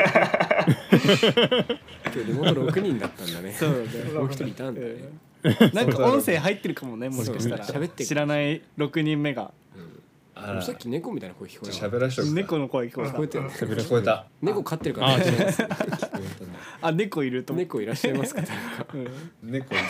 今日リモートろくにんだったんだね。 そうだねもう一人いたんだね。 なんか音声入ってるかもねもしかしたらそう喋ってる知らないろくにんめがあら、 さっき猫みたいな声聞こえた。 喋らしとくか。 猫の声聞こえ聞こえてる。 聞こえた。 猫飼ってるからあね。 たあ猫いると思う猫いらっしゃいますか。誰かうん猫い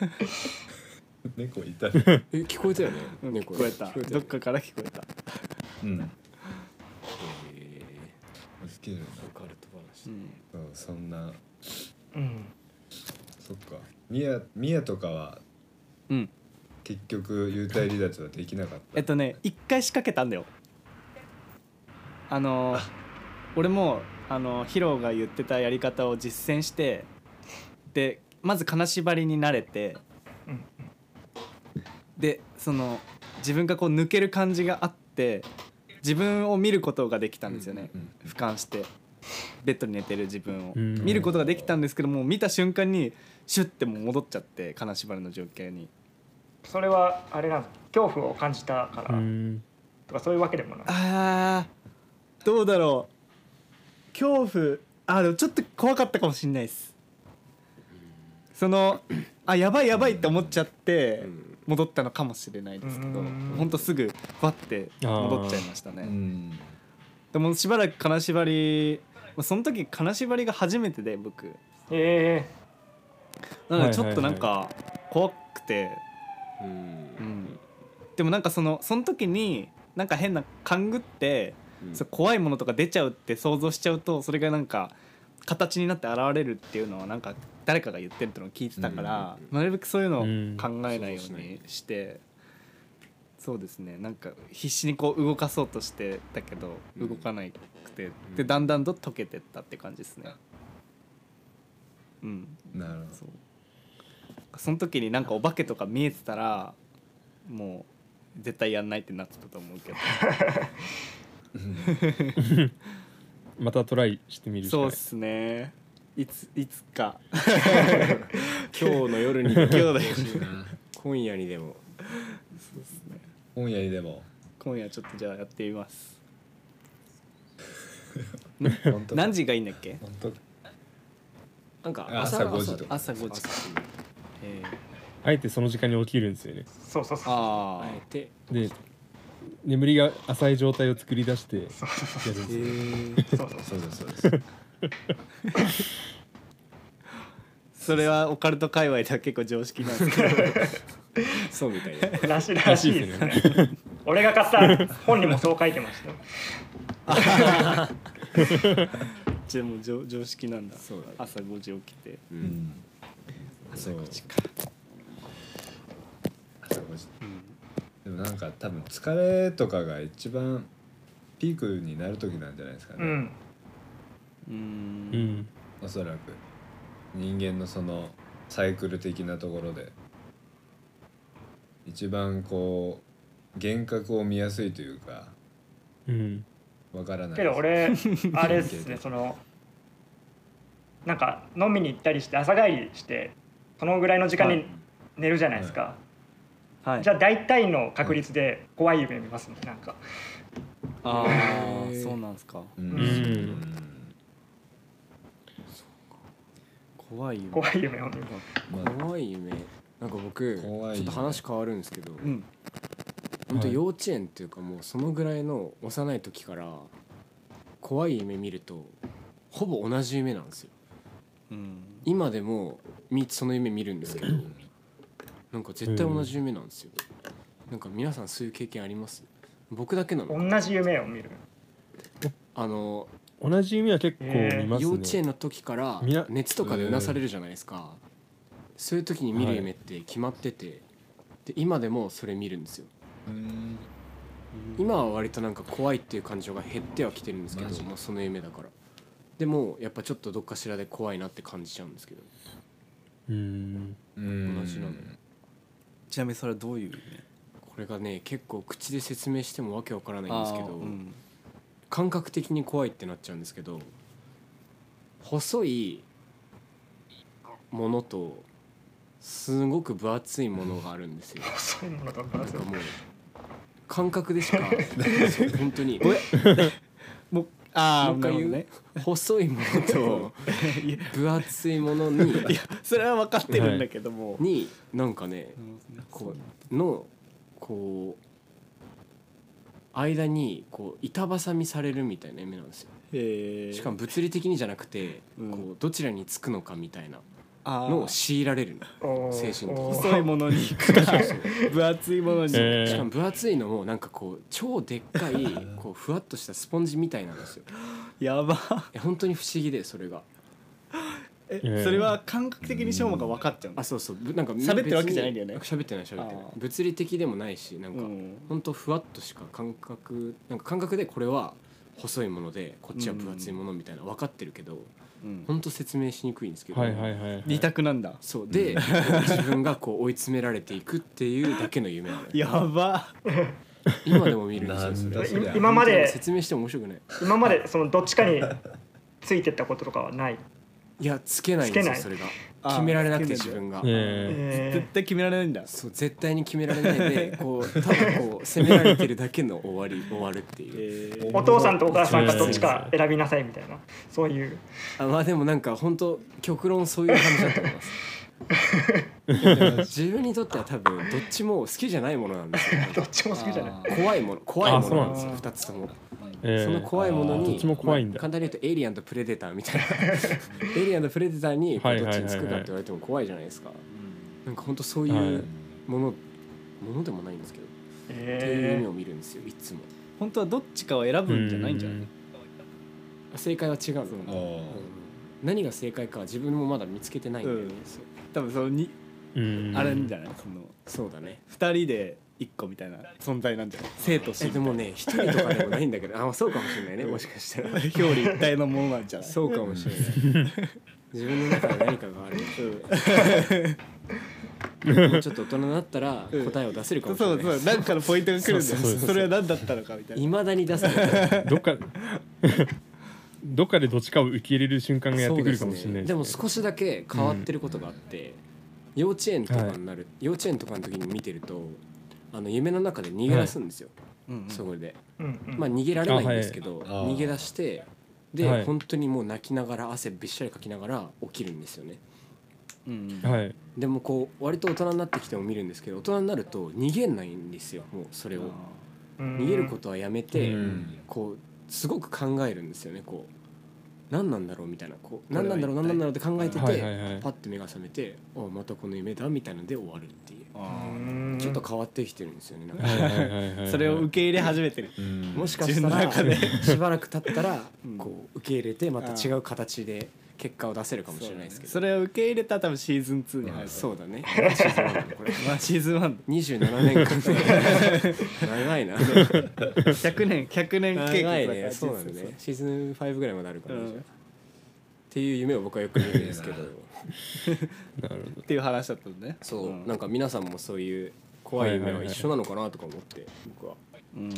猫いた。 え聞こえたよね。 うん聞猫こえた聞どっかから聞こえたうん。 えすげえな。 ーオカルト話。 うんそうそんなうん、 そっか。ミヤミヤとかはうん結局幽体離脱はできなかった。 えっとね一回仕掛けたんだよあの俺もあのヒロが言ってたやり方を実践してでまず金縛りに慣れてうんでその自分がこう抜ける感じがあって自分を見ることができたんですよね、 うん俯瞰してベッドに寝てる自分をうん見ることができたんですけども見た瞬間にシュッてもう戻っちゃって金縛りの状況にそれはあれなんです。恐怖を感じたかうらんとかそういうわけでもない。 あーどうだろう恐怖あでもちょっと怖かったかもしれないですそのあやばいやばいって思っちゃってうん戻ったのかもしれないですけどうんほんとすぐバッて戻っちゃいましたうねん。 でもしばらく金縛りまあその時金縛りが初めてで僕えなのでちょっとなんか怖くてうんうんでもなんかそのその時になんか変な勘ぐってうんそう怖いものとか出ちゃうって想像しちゃうとそれがなんか形になって現れるっていうのはなんか誰かが言ってるってのを聞いてたから、なるべくそういうのを考えないようにして、そうですねなんか必死にこう動かそうとしてたけど動かなくて、でだんだんと溶けてったって感じですね。うんなるほそうその時になんかお化けとか見えてたらもう絶対やんないってなってたと思うけどまたトライしてみるしかないそうっ。すねいついつか今日の夜にでも今日だよど。 今夜にでも本屋にでも。 今夜ちょっとじゃあやってみます本当か何時がいいんだっけ本当。 なんか朝ごじとか朝ごじかえー、 あえてその時間に起きるんですよね。 ー、そうそうそう。 ああえてで眠りが浅い状態を作り出してやるんあですよ。 そうそうそうですそうです。 それはオカルト界隈では結構常識なんですけどそうみたいな。 らしいらしいですね。俺が買った本にもそう書いてましたよ。 じゃあもう常常識なんだそうだね朝ごじ起きてううんん。そう。朝ごじ。でもなんか多分疲れとかが一番ピークになる時なんじゃないですかね。 うん。 ううーんん。 おそらく人間のそのサイクル的なところで一番こう幻覚を見やすいというかうん。 わからないけど俺あれですね、そのなんか飲みに行ったりして朝帰りしてそのぐらいの時間に寝るじゃないですか。 はいじゃあ大体の確率で怖い夢見ますね。なんかああへーそうなんですかうんうん怖い夢怖い夢を見る。 まあ怖い夢なんか僕怖いちょっと話変わるんですけど、 うん本当幼稚園っていうかもうそのぐらいの幼い時から怖い夢見るとほぼ同じ夢なんですよ。 うん今でもみその夢見るんですけどなんか絶対同じ夢なんですよ。なんか皆さんそういう経験あります？僕だけなの？ 同じ夢を見る。 あの同じ夢は結構見ますね。 幼稚園の時からみな熱とかでうなされるじゃないですか。そういう時に見る夢って決まってて、で今でもそれ見るんですよ。 うん今は割となんか怖いっていう感情が減ってはきてるんですけど、 マジまあ、その夢だから。でもやっぱちょっとどっかしらで怖いなって感じちゃうんですけど、 うんうん同じなの。 ちなみにそれはどういう夢？ これがね結構口で説明してもわけわからないんですけど、 あーうん感覚的に怖いってなっちゃうんですけど、細いものとすごく分厚いものがあるんですよ。 そういうものとかなんかもう感覚でしかそう本当にもうああもう一回言うね細いものと分厚いものにいやそれは分かってるんだけども、 になんかねうんこうのこう間にこう板挟みされるみたいな夢なんですよ。 へーしかも物理的にじゃなくてうんこうどちらにつくのかみたいなあーのを強いられるの。 おー精神的におー細いものに分厚いものに、 えーしかも分厚いのもなんかこう超でっかいこうふわっとしたスポンジみたいなんですよ。 やばいや本当に不思議でそれがえ、 えーそれは感覚的にしょうまが分かっちゃうのあそうそうぶなんか喋ってるわけじゃないんだよね別に喋ってない喋ってないあー物理的でもないしなんかうん本当ふわっとしか感覚なんか感覚でこれは細いものでこっちは分厚いものみたいな分かってるけどうん本当説明しにくいんですけど、 はいはいはいはい。 二択なんだそうでこう自分がこう追い詰められていくっていうだけの夢なのよ。 やば今でも見るんですよそなんだれそりゃ今まで説明しても面白くない。 今までそのどっちかについてったこととかはない。 いやつけないんですよつけそれがあー決められなくてつけないんだ自分が、 え絶対決められないんだそう絶対に決められないでこうただこう責められてるだけの終わり終わるっていう、 えーお父さんとお母さんがどっちか選びなさいみたいなそういうあまあでもなんか本当極論そういう感じだと思いますでも自分にとっては多分どっちも好きじゃないものなんですよどっちも好きじゃない。 あー怖いもの怖いものなんですよあそうなんふたつとも、 ーえーその怖いものにあーどっちも怖いんだまあ簡単に言うとエイリアンとプレデターみたいなエイリアンとプレデターにこうはいはいはいはいどっちにつくかって言われても怖いじゃないですか。なんか本当そういはいうもの、ものでもないんですけど、っていうえ夢を見るんですよいつも。 本当はどっちかを選ぶんじゃないんじゃない？ 正解は違うの、 あー何が正解かは自分もまだ見つけてないんだよね、そう多分そのにうんあれんじゃないそのそうだね。 二人で一個みたいな存在なんじゃない生と死えでもね一人とかでもないんだけどあそうかもしれないねもしかしたら表裏一体のものなんじゃないそうかもしれない自分の中で何かがあるもうちょっと大人になったらうん答えを出せるかそうもしれないそうなんかのポイントが来るんだよそうそうそうそうそれは何だったのかみたいないまだに出せないどっかどっかでどっちかを受け入れる瞬間がやってくるかもしれないでも少しだけ変わってることがあって、幼稚園とかになる、幼稚園とかの時に見てるとあの夢の中で逃げ出すんですよ、 うんうんそこでーうんうんまあ逃げられないんですけど、 あはい逃げ出してで、 はい本当にもう泣きながら汗びっしゃりかきながら起きるんですよね。 うんはいでもこう割と大人になってきても見るんですけど大人になると逃げないんですよもうそれをうん逃げることはやめて、 うんこうすごく考えるんですよねこう何なんだろうみたいなこうこれは何なんだろう一体何なんだろうって考えてて、 はいはいはいパッて目が覚めてあまたこの夢だみたいなので終わるっていうあうんちょっと変わってきてるんですよねなんかはいはいはいはいーそれを受け入れ始めてるうんもしかした自分のら中でしばらく経ったらうんこう受け入れてまた違う形で結果を出せるかもしれないですけどそれを受け入れたら多分シーズンツーに入るそうだねシーズンワンだねこれまあシーズンワンにじゅうななねんかん長いなひゃくねんひゃくねん計画長いだからねそうなんだねシーズンファイブぐらいまであるからね、 うんじゃあっていう夢を僕はよく見るんですけどなるほどっていう話だったのねそう、 んなんか皆さんもそういう怖い夢は一緒なのかなとか思って僕はうん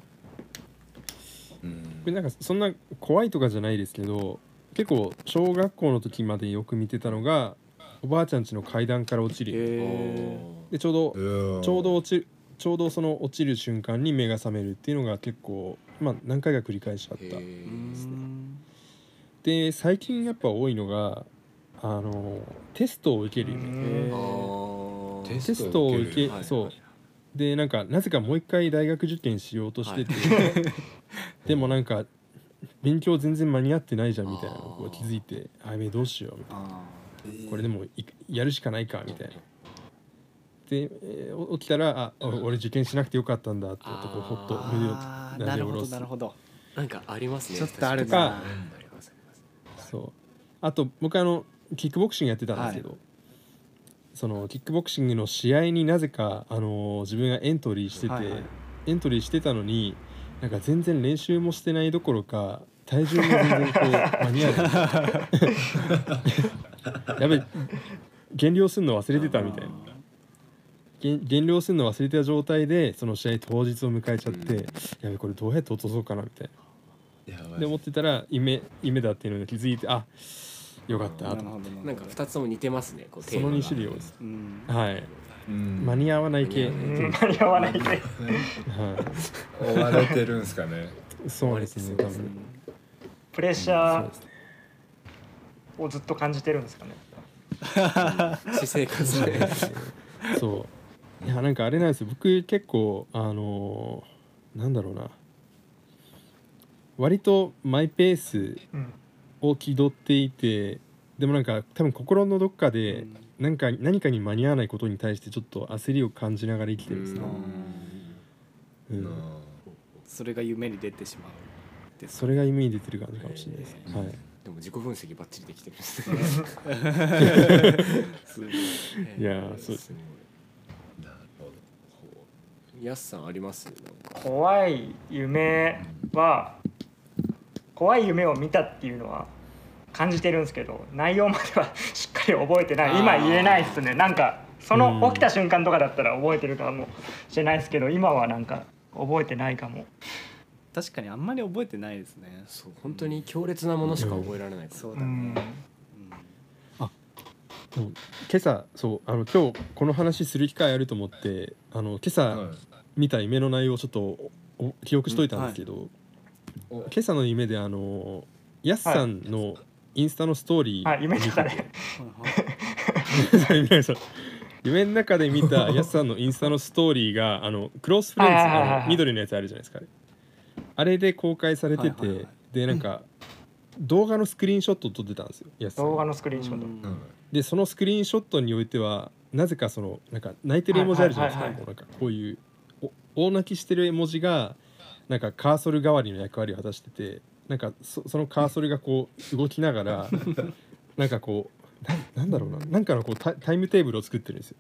うんこれなんかそんな怖いとかじゃないですけど結構小学校の時までよく見てたのがおばあちゃん家の階段から落ちるへでちょうどうんちょうど落ちちょうどその落ちる瞬間に目が覚めるっていうのが結構まあ何回か繰り返しあったえうんで最近やっぱ多いのがあのテストを受ける夢。 うんあーテテストを受け、 はいそうでなんかなぜかもう一回大学受験しようとしてて、でもなんか勉強全然間に合ってないじゃんみたいなのをこう気づいて、あやべえどうしようみたいな、 あこれでもいやるしかないかみたいな。で、えー起きたらあ俺受験しなくてよかったんだってことこうほっとー胸をあーなるほどなで下ろすなるほど。 なんかありますね。 ちょっとあるな確かにありますあります。 そうあと僕あのキックボクシングやってたんですけど、そのキックボクシングの試合になぜか、あのー自分がエントリーしてて、 はいはいエントリーしてたのになんか全然練習もしてないどころか体重も全然こう間に合わないやべ減量するの忘れてたみたいな減減量するの忘れてた状態でその試合当日を迎えちゃって、 うんやべこれどうやって落とそうかなみたいなやばいで思ってたら夢夢だっていうのに気づいてあよかったとなるほどなんか二つとも似てますね。こうそのに種類をうんはいうん間に合わない系、 うん間に合わないではい追われてるんすかね。 そうですね多分プレッシそうャですねーをずっと感じてるんですかね。 私生活で。 そういやなんかあれなんですよ僕結構あのーなんだろうな割とマイペースうんを気取っていてでもなんか多分心のどっかでなんか何かに間に合わないことに対してちょっと焦りを感じながら生きてるんですね、ううんんそれが夢に出てしまうですそれが夢に出てる感じかもしれないです、 うんはいでも自己分析バッチリできてるんですね。 すごいいやーそうですね。 なるほど。 やすさんあります？なんか怖い夢は怖い夢を見たっていうのは感じてるんですけど内容まではしっかり覚えてない今言えないですね。なんかその起きた瞬間とかだったら覚えてるかもしれないですけど今はなんか覚えてないかも。 確かにあんまり覚えてないですね。 そう本当に強烈なものしか覚えられないかも。 そうだねうんでも今朝そうあの今日この話する機会あると思ってあの今朝はい見た夢の内容をちょっとおお記憶しといたんですけど、 お今朝の夢であのやすさんのインスタのストーリーはい夢の中で夢の夢の中で見たやすさんのインスタのストーリーがあのクロスフレンズはいはいはいはいあの緑のやつあるじゃないですか、あれあれで公開されてて、 はいはいはいでなんか動画のスクリーンショットを撮ってたんですよやすさん動画のスクリーンショット。 うんでそのスクリーンショットにおいてはなぜかそのなんか泣いてる絵文字あるじゃないですか、 はいはいはいこうなんかこういうお大泣きしてる絵文字がなんかカーソル代わりの役割を果たしててなんか そ, そのカーソルがこう動きながらなんかこう な, なんだろうななんかのこう タ, タイムテーブルを作ってるんですよ。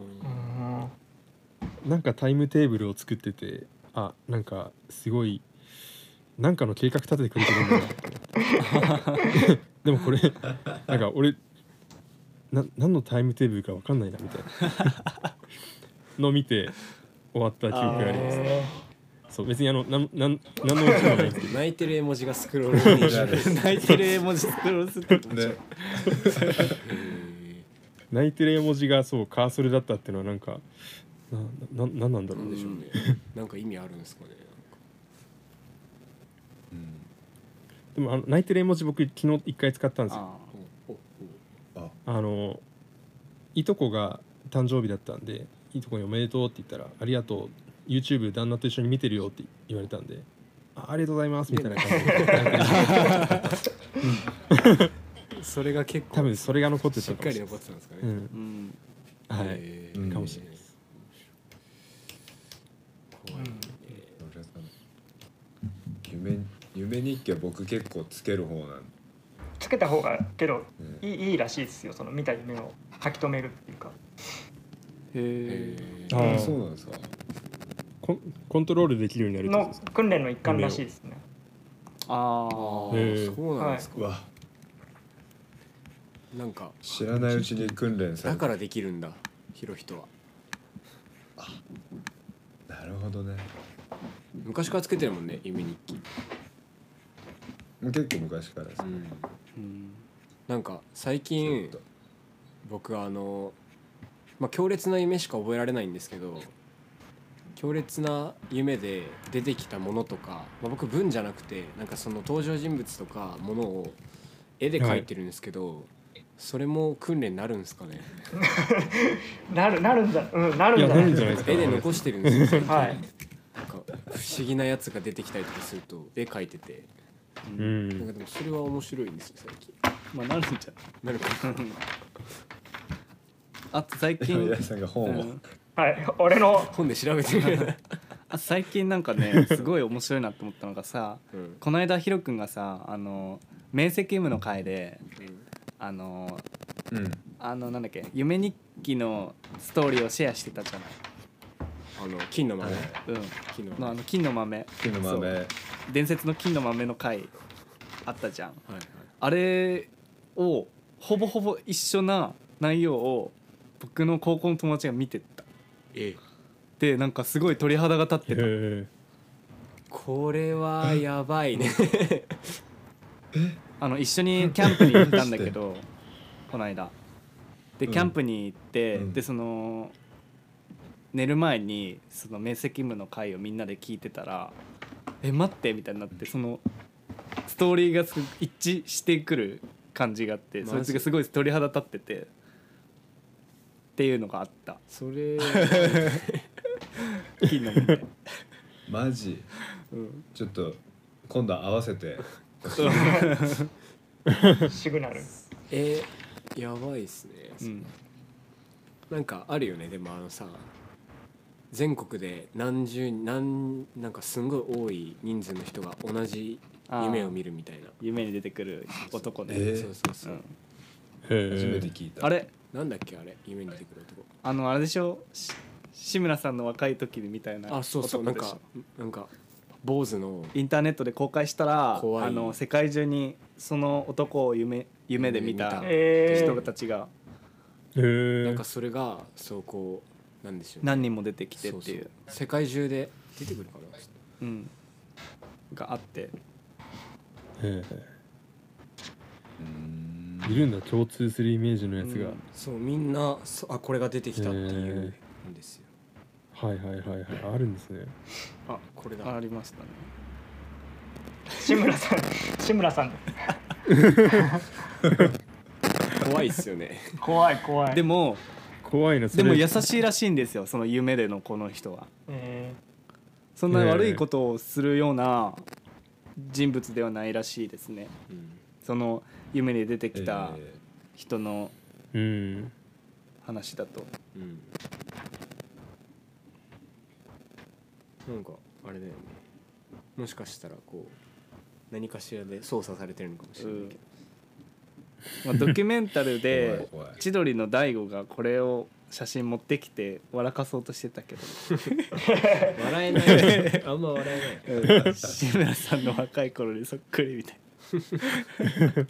うんなんかタイムテーブルを作っててあなんかすごいなんかの計画立ててくれてるんだなと思ってでもこれなんか俺な何のタイムテーブルか分かんないなみたいなのを見て終わった記憶があります。 へそう別にあのなんなん何のうちもないんですけど泣いてる絵文字がスクロールになる。 泣いてる絵文字スクロールするとね泣いてる絵文字がそうカーソルだったっていうのはなんかなななんなんだろうねなんでしょうね。なんか意味あるんですかね。 うんでもあの泣いてる絵文字僕昨日一回使ったんですよ。 あおおああのいとこが誕生日だったんでいとこにおめでとうって言ったらありがとう YouTube 旦那と一緒に見てるよって言われたんで あ, ありがとうございますみたいな感じでそれが結構多分それが残ってしたっかりかもしれない残ってたんですかね。 うんうんはい、 へーうんかもしれないです。 怖いね。 俺さ夢夢日記は僕結構つける方なんで、 つけた方がけどうんいいいいらしいですよ。その見た夢を書き留めるっていうか。 へえへーあーそうなんですか。 コンコントロールできるようになるってことのですか。 訓練の一環らしいですね。 あああへーーそうなんですか。 うわなんか知らないうちに訓練されてだからできるんだ。ヒロヒトはなるほどね。 昔からつけてるもんね夢日記。 もう結構昔からですう。ん。 うんなんか最近ずっと僕あのまあ強烈な夢しか覚えられないんですけど強烈な夢で出てきたものとか、まあ、僕文じゃなくてなんかその登場人物とかものを絵で描いてるんですけど、 それも訓練になるんですかね。 なるなるんじゃうんなるんいやなじゃないるんじゃないですか。 絵で残してるんですよ。 はいなんか不思議なやつが出てきたりとかすると絵描いてて、 うなんんかでもそれは面白いんですよ最近。 まあなるんじゃん。 なるかあと最近皆さんが本を、 うんはい俺の本で調べてみる。 あ最近なんかねすごい面白いなと思ったのがさ、 うんこの間ヒロ君がさあの明晰夢の回でうんあのうん、 あのなんだっけ夢日記のストーリーをシェアしてたじゃない。 あの金の豆、 はいうん金ののあ豆。 の金の豆金のそう豆、 伝説の金の豆の回あったじゃん。 はいはい。 あれをほぼほぼ一緒な内容を僕の高校の友達が見てた。 え、 でなんかすごい鳥肌が立ってた。 へこれはやばいね。 あの一緒にキャンプに行ったんだけどこの間でうんキャンプに行って、 うんでその寝る前にその明晰夢の回をみんなで聞いてたらえ待ってみたいになってそのストーリーがすごく一致してくる感じがあってマジそいつがすごい鳥肌立っててっていうのがあった。 それ金の豆マジうんちょっと今度合わせてシグナルえやばいっすね。 うんなんかあるよね。でもあのさ全国で何十何なんかすんごい多い人数の人が同じ夢を見るみたいな。 夢に出てくる男ね、 えーそうそうそうう。 んえ初めて聞いた。 あれなんだっけあれ夢に出てくる男。 あのあれでしょし志村さんの若い時みたいなあそうそうなん男でしょかなんか坊主のインターネットで公開したら怖いあの世界中にその男を夢夢で見た夢見たえ人たちがへえなんかそれがそうこうなんでしょうね。 何人も出てきてっていうそうそう世界中で出てくるかな。 うんがあってへえうーんいるんだ共通するイメージのやつが、 うんそうみんなそあこれが出てきたっていうんですよ。 はいはいはいはいあるんですね。 あこれだ。 ありましたね。 志村さん志村さん怖いっすよね。 怖い怖いでも怖いなそれ。 でも優しいらしいんですよその夢でのこの人は。 えそんな悪いことをするような人物ではないらしいですね。 うんその夢に出てきたえ人のうん話だと。 うん。なんかあれだよね。もしかしたらこう何かしらで操作されてるのかもしれないけど。 まあ、ドキュメンタルで怖い怖い千鳥の大悟がこれを写真持ってきて笑かそうとしてたけど笑えない。あんま笑えない。 うん志村さんの若い頃にそっくりみたいうん。なんか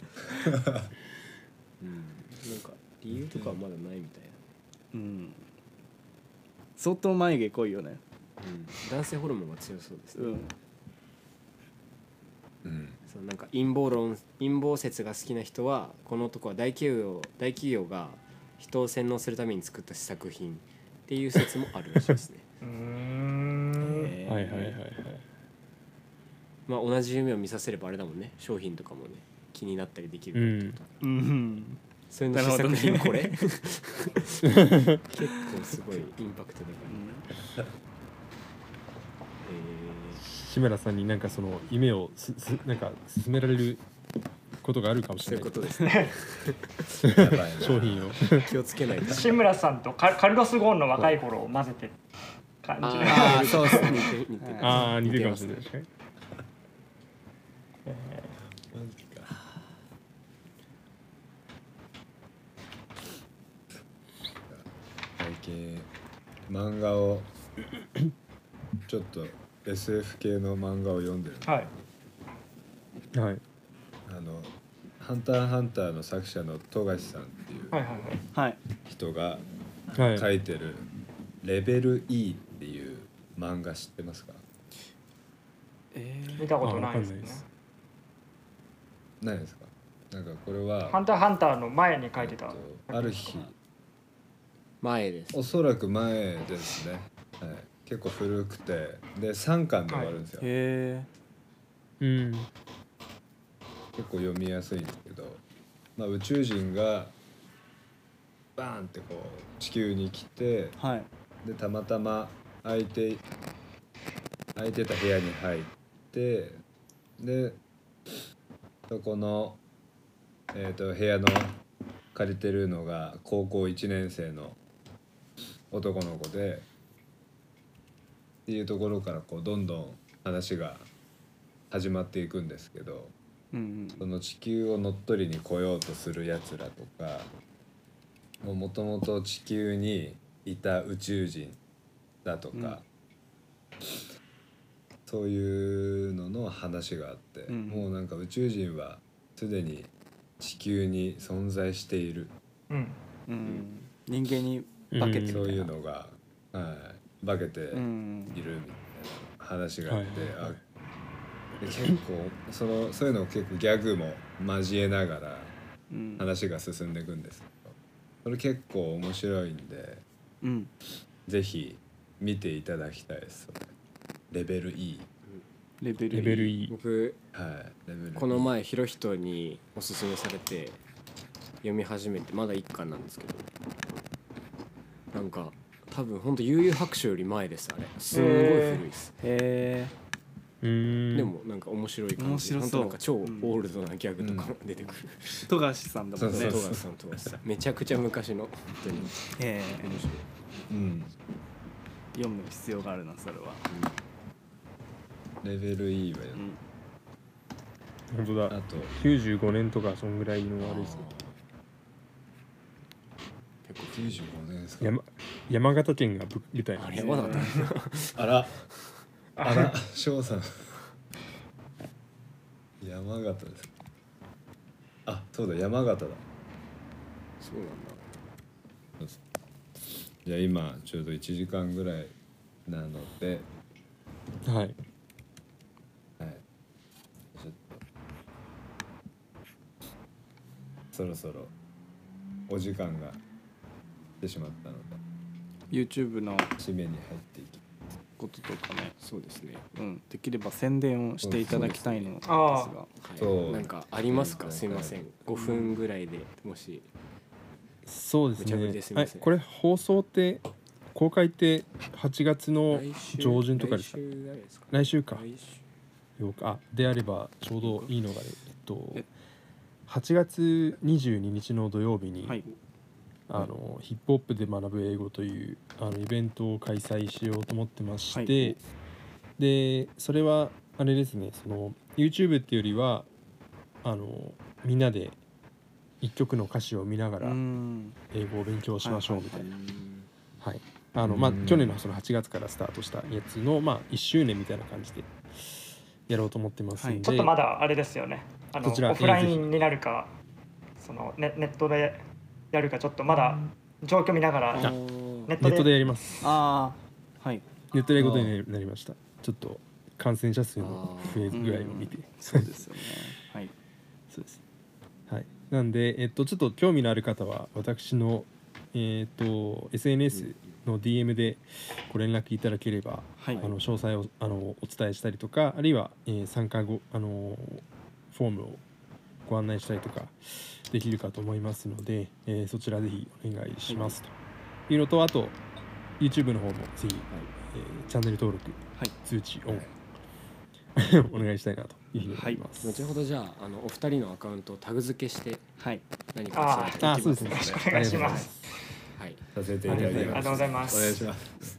理由とかはまだないみたいな。 な、うん、相当眉毛濃いよね。 うん。男性ホルモンが強そうですね。 うんうんそうなんか陰謀論陰謀説が好きな人はこの男は大企業大企業が人を洗脳するために作った試作品っていう説もあるらしいですね。 ー、うーんえーはいはいはいはいまあ同じ夢を見させればあれだもんね。商品とかもね気になったりできるってこと、 うんそれの試作品これ結構すごいインパクトでかい。 志村さんになんかその夢をすすなんか勧められることがあるかもしそういうれない。 ことですね。 やばいな商品を気をつけないと。 志村さんとカカルロス・ゴーンの若い頃を混ぜて感じでああそうですね。 似てる似てるああ似てるかもますねしれない。確かにマジか最近漫画をちょっと エスエフ 系の漫画を読んでるはいはいあの「ハンターハンター」の作者の富樫さんっていうはいはいはいはい。 人がはい書いてる「レベル E」っていう漫画知ってますか？ え見たことあないですねわかんないですないですか？なんかこれはハンターハンターの前に書いてたえっとある日前です。 おそらく前ですね、はい、結構古くてでさんかんで終わるんですよ、 へうん結構読みやすいんですけど、まあ、宇宙人がバーンってこう地球に来て、 はいでたまたま空いて空いてた部屋に入って、でそこの、えー、と部屋の借りてるのが高校いちねん生の男の子でっていうところからこうどんどん話が始まっていくんですけど、 うんうんその地球を乗っ取りに来ようとするやつらとか、もともと地球にいた宇宙人だとか、うん、そういうのの話があって、うん、もうなんか宇宙人はすでに地球に存在している、 うんうん、人間に化けてる、 そういうのが、はい、化けているみたいな話があって、うん、あで結構そのそういうのを結構ギャグも交えながら話が進んでいくんですけど、それ結構面白いんで、うん、ぜひ見ていただきたいです。レベル E、 レベル E、 レベル E、 僕、 はい、レベル E、 この前ひろひとにおすすめされて読み始めてまだいっかんなんですけど、なんか多分ほんと悠々白書より前です。あれすごい古いです。へー、うーん、でもなんか面白い感じ、面白そう、本当なんか超オールドなギャグとかも出てくる、 富樫さんだもんね。 富樫さん、富樫さんめちゃくちゃ昔の本当に、へー、面白い、うん、 読む必要があるなそれは、 うん、レベル E はよ、 うん、本当だ、あときゅうじゅうごねんとかそんぐらいのあれですね。 結構きゅうじゅうごねんですか。 山, 山形県が舞台なんです。 山形あらあら翔さん山形です。あ、そうだ山形だ。 そうなんだ。 じゃあ今ちょうどいちじかんぐらいなので、 はい、はい、 ちょっとそろそろお時間が来てしまったので YouTube の締めに入っていきこととかね、 そうですね、 うん、できれば宣伝をしていただきたいのですが、 はい、なんかありますか。すいません、ごふんぐらいでもし。 そうですね、すはい、これ放送って公開ってはちがつの上旬とかですか。来週かようかであればちょうどいいのが、えっとはちがつにじゅうににちの土曜日に、はい、あのヒップホップで学ぶ英語というあのイベントを開催しようと思ってまして、はい、でそれはあれですね、その YouTube っていうよりはあのみんなで一曲の歌詞を見ながら英語を勉強しましょうみたいな、はい、あのまあ去年のそのはちがつからスタートしたやつのまあいっしゅうねんみたいな感じでやろうと思ってますんで、はい、 ちょっとまだあれですよね、あのオフラインになるかその ネ, ネットでやるかちょっとまだ状況見ながらネット で, ネットでやります。 あ、はい、 ネットでやることになりました。ちょっと感染者数の増え具合を見て、 そうですよねはい、 そうです、はい、なんで、えっと、ちょっと興味のある方は私の、えー、と エスエヌエス の ディーエム でご連絡いただければ、はい、あの詳細をあのお伝えしたりとか、あるいは、えー、参加後あのフォームをご案内したりとかできるかと思いますので、えー、そちらぜひお願いします、はい、というのと、あと YouTube の方もぜひ、はい、えー、チャンネル登録、はい、通知オン、はいお願いしたいなというふうに思います。 後ほどじゃあ、あのお二人のアカウントをタグ付けして何かしらといきますので、よろしくお願いします。 はい、 させていただきます。 ありがとうございます。 お願いします。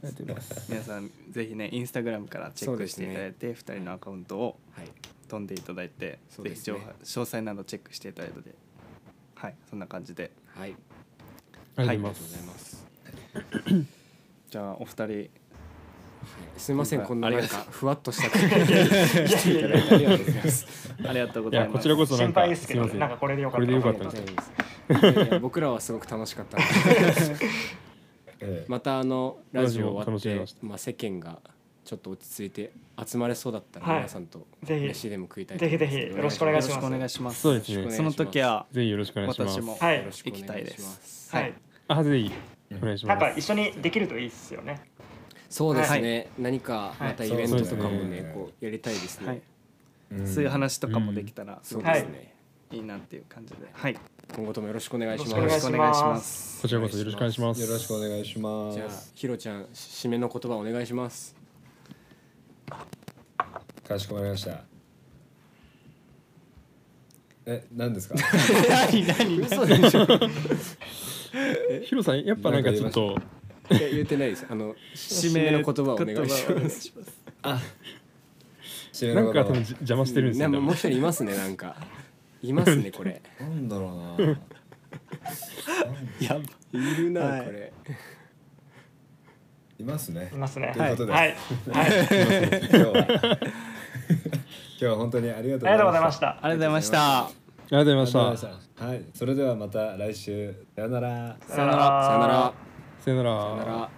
ありがとうございます。皆さんぜひねインスタグラムからチェックしていただいて、二、人のアカウントを飛んでいただいて、ぜひ詳細などチェックしていただいて、はい、そんな感じで、 はい、 ありがとうございます。 じゃあお二人。 すみません、こんななんかふわっとした感じでしていただいてありがとうございます。 ありがとうございます。 こちらこそなんか心配ですけど、なんかこれでよかった。 これでよかったです。いや僕らはすごく楽しかったので、またあのラジオ終わって、まあ世間がちょっと落ち着いて集まれそうだったら皆さんと飯でも食いたいと思います。 ぜひぜひよろしくお願いします。 よろしくお願いします。 そうですね。 その時はぜひよろしくお願いします。 私も行きたいです。 はい。 あ、ぜひお願いします。 なんか一緒にできるといいですよね。 そうですね、はい、何かまたイベントとかもね、はい、こうやりたいですね、はい、 うん、そういう話とかもできたら、 うん、そうですね、 いいなっていう感じで、はい、 今後ともよろしくお願いします。 よろしくお願いします。 こちらこそよろしくお願いします。 よろしくお願いします。 じゃあひろちゃん締めの言葉お願いします。 かしこまりました。え、何ですか？ 何何嘘でしょ。 ヒロさんやっぱなんかちょっといや言ってないです。あの締めの言葉をお願いします。 あ、 なんか多分邪魔してるんですよね。 もう一人いますね、なんかいますねこれ。 なんだろうな。 やばいるな、 はいこれ。 いますね。 いますね。 ということで、 はい。はい。 今日は今日は本当にありがとうありがとうございましたた。 ありがとうございました。 ありがとうございましありがとうございました。はい、それではまた来週。さよなら。 さよなら。 さよなら。 た。さよなら。 さよなら。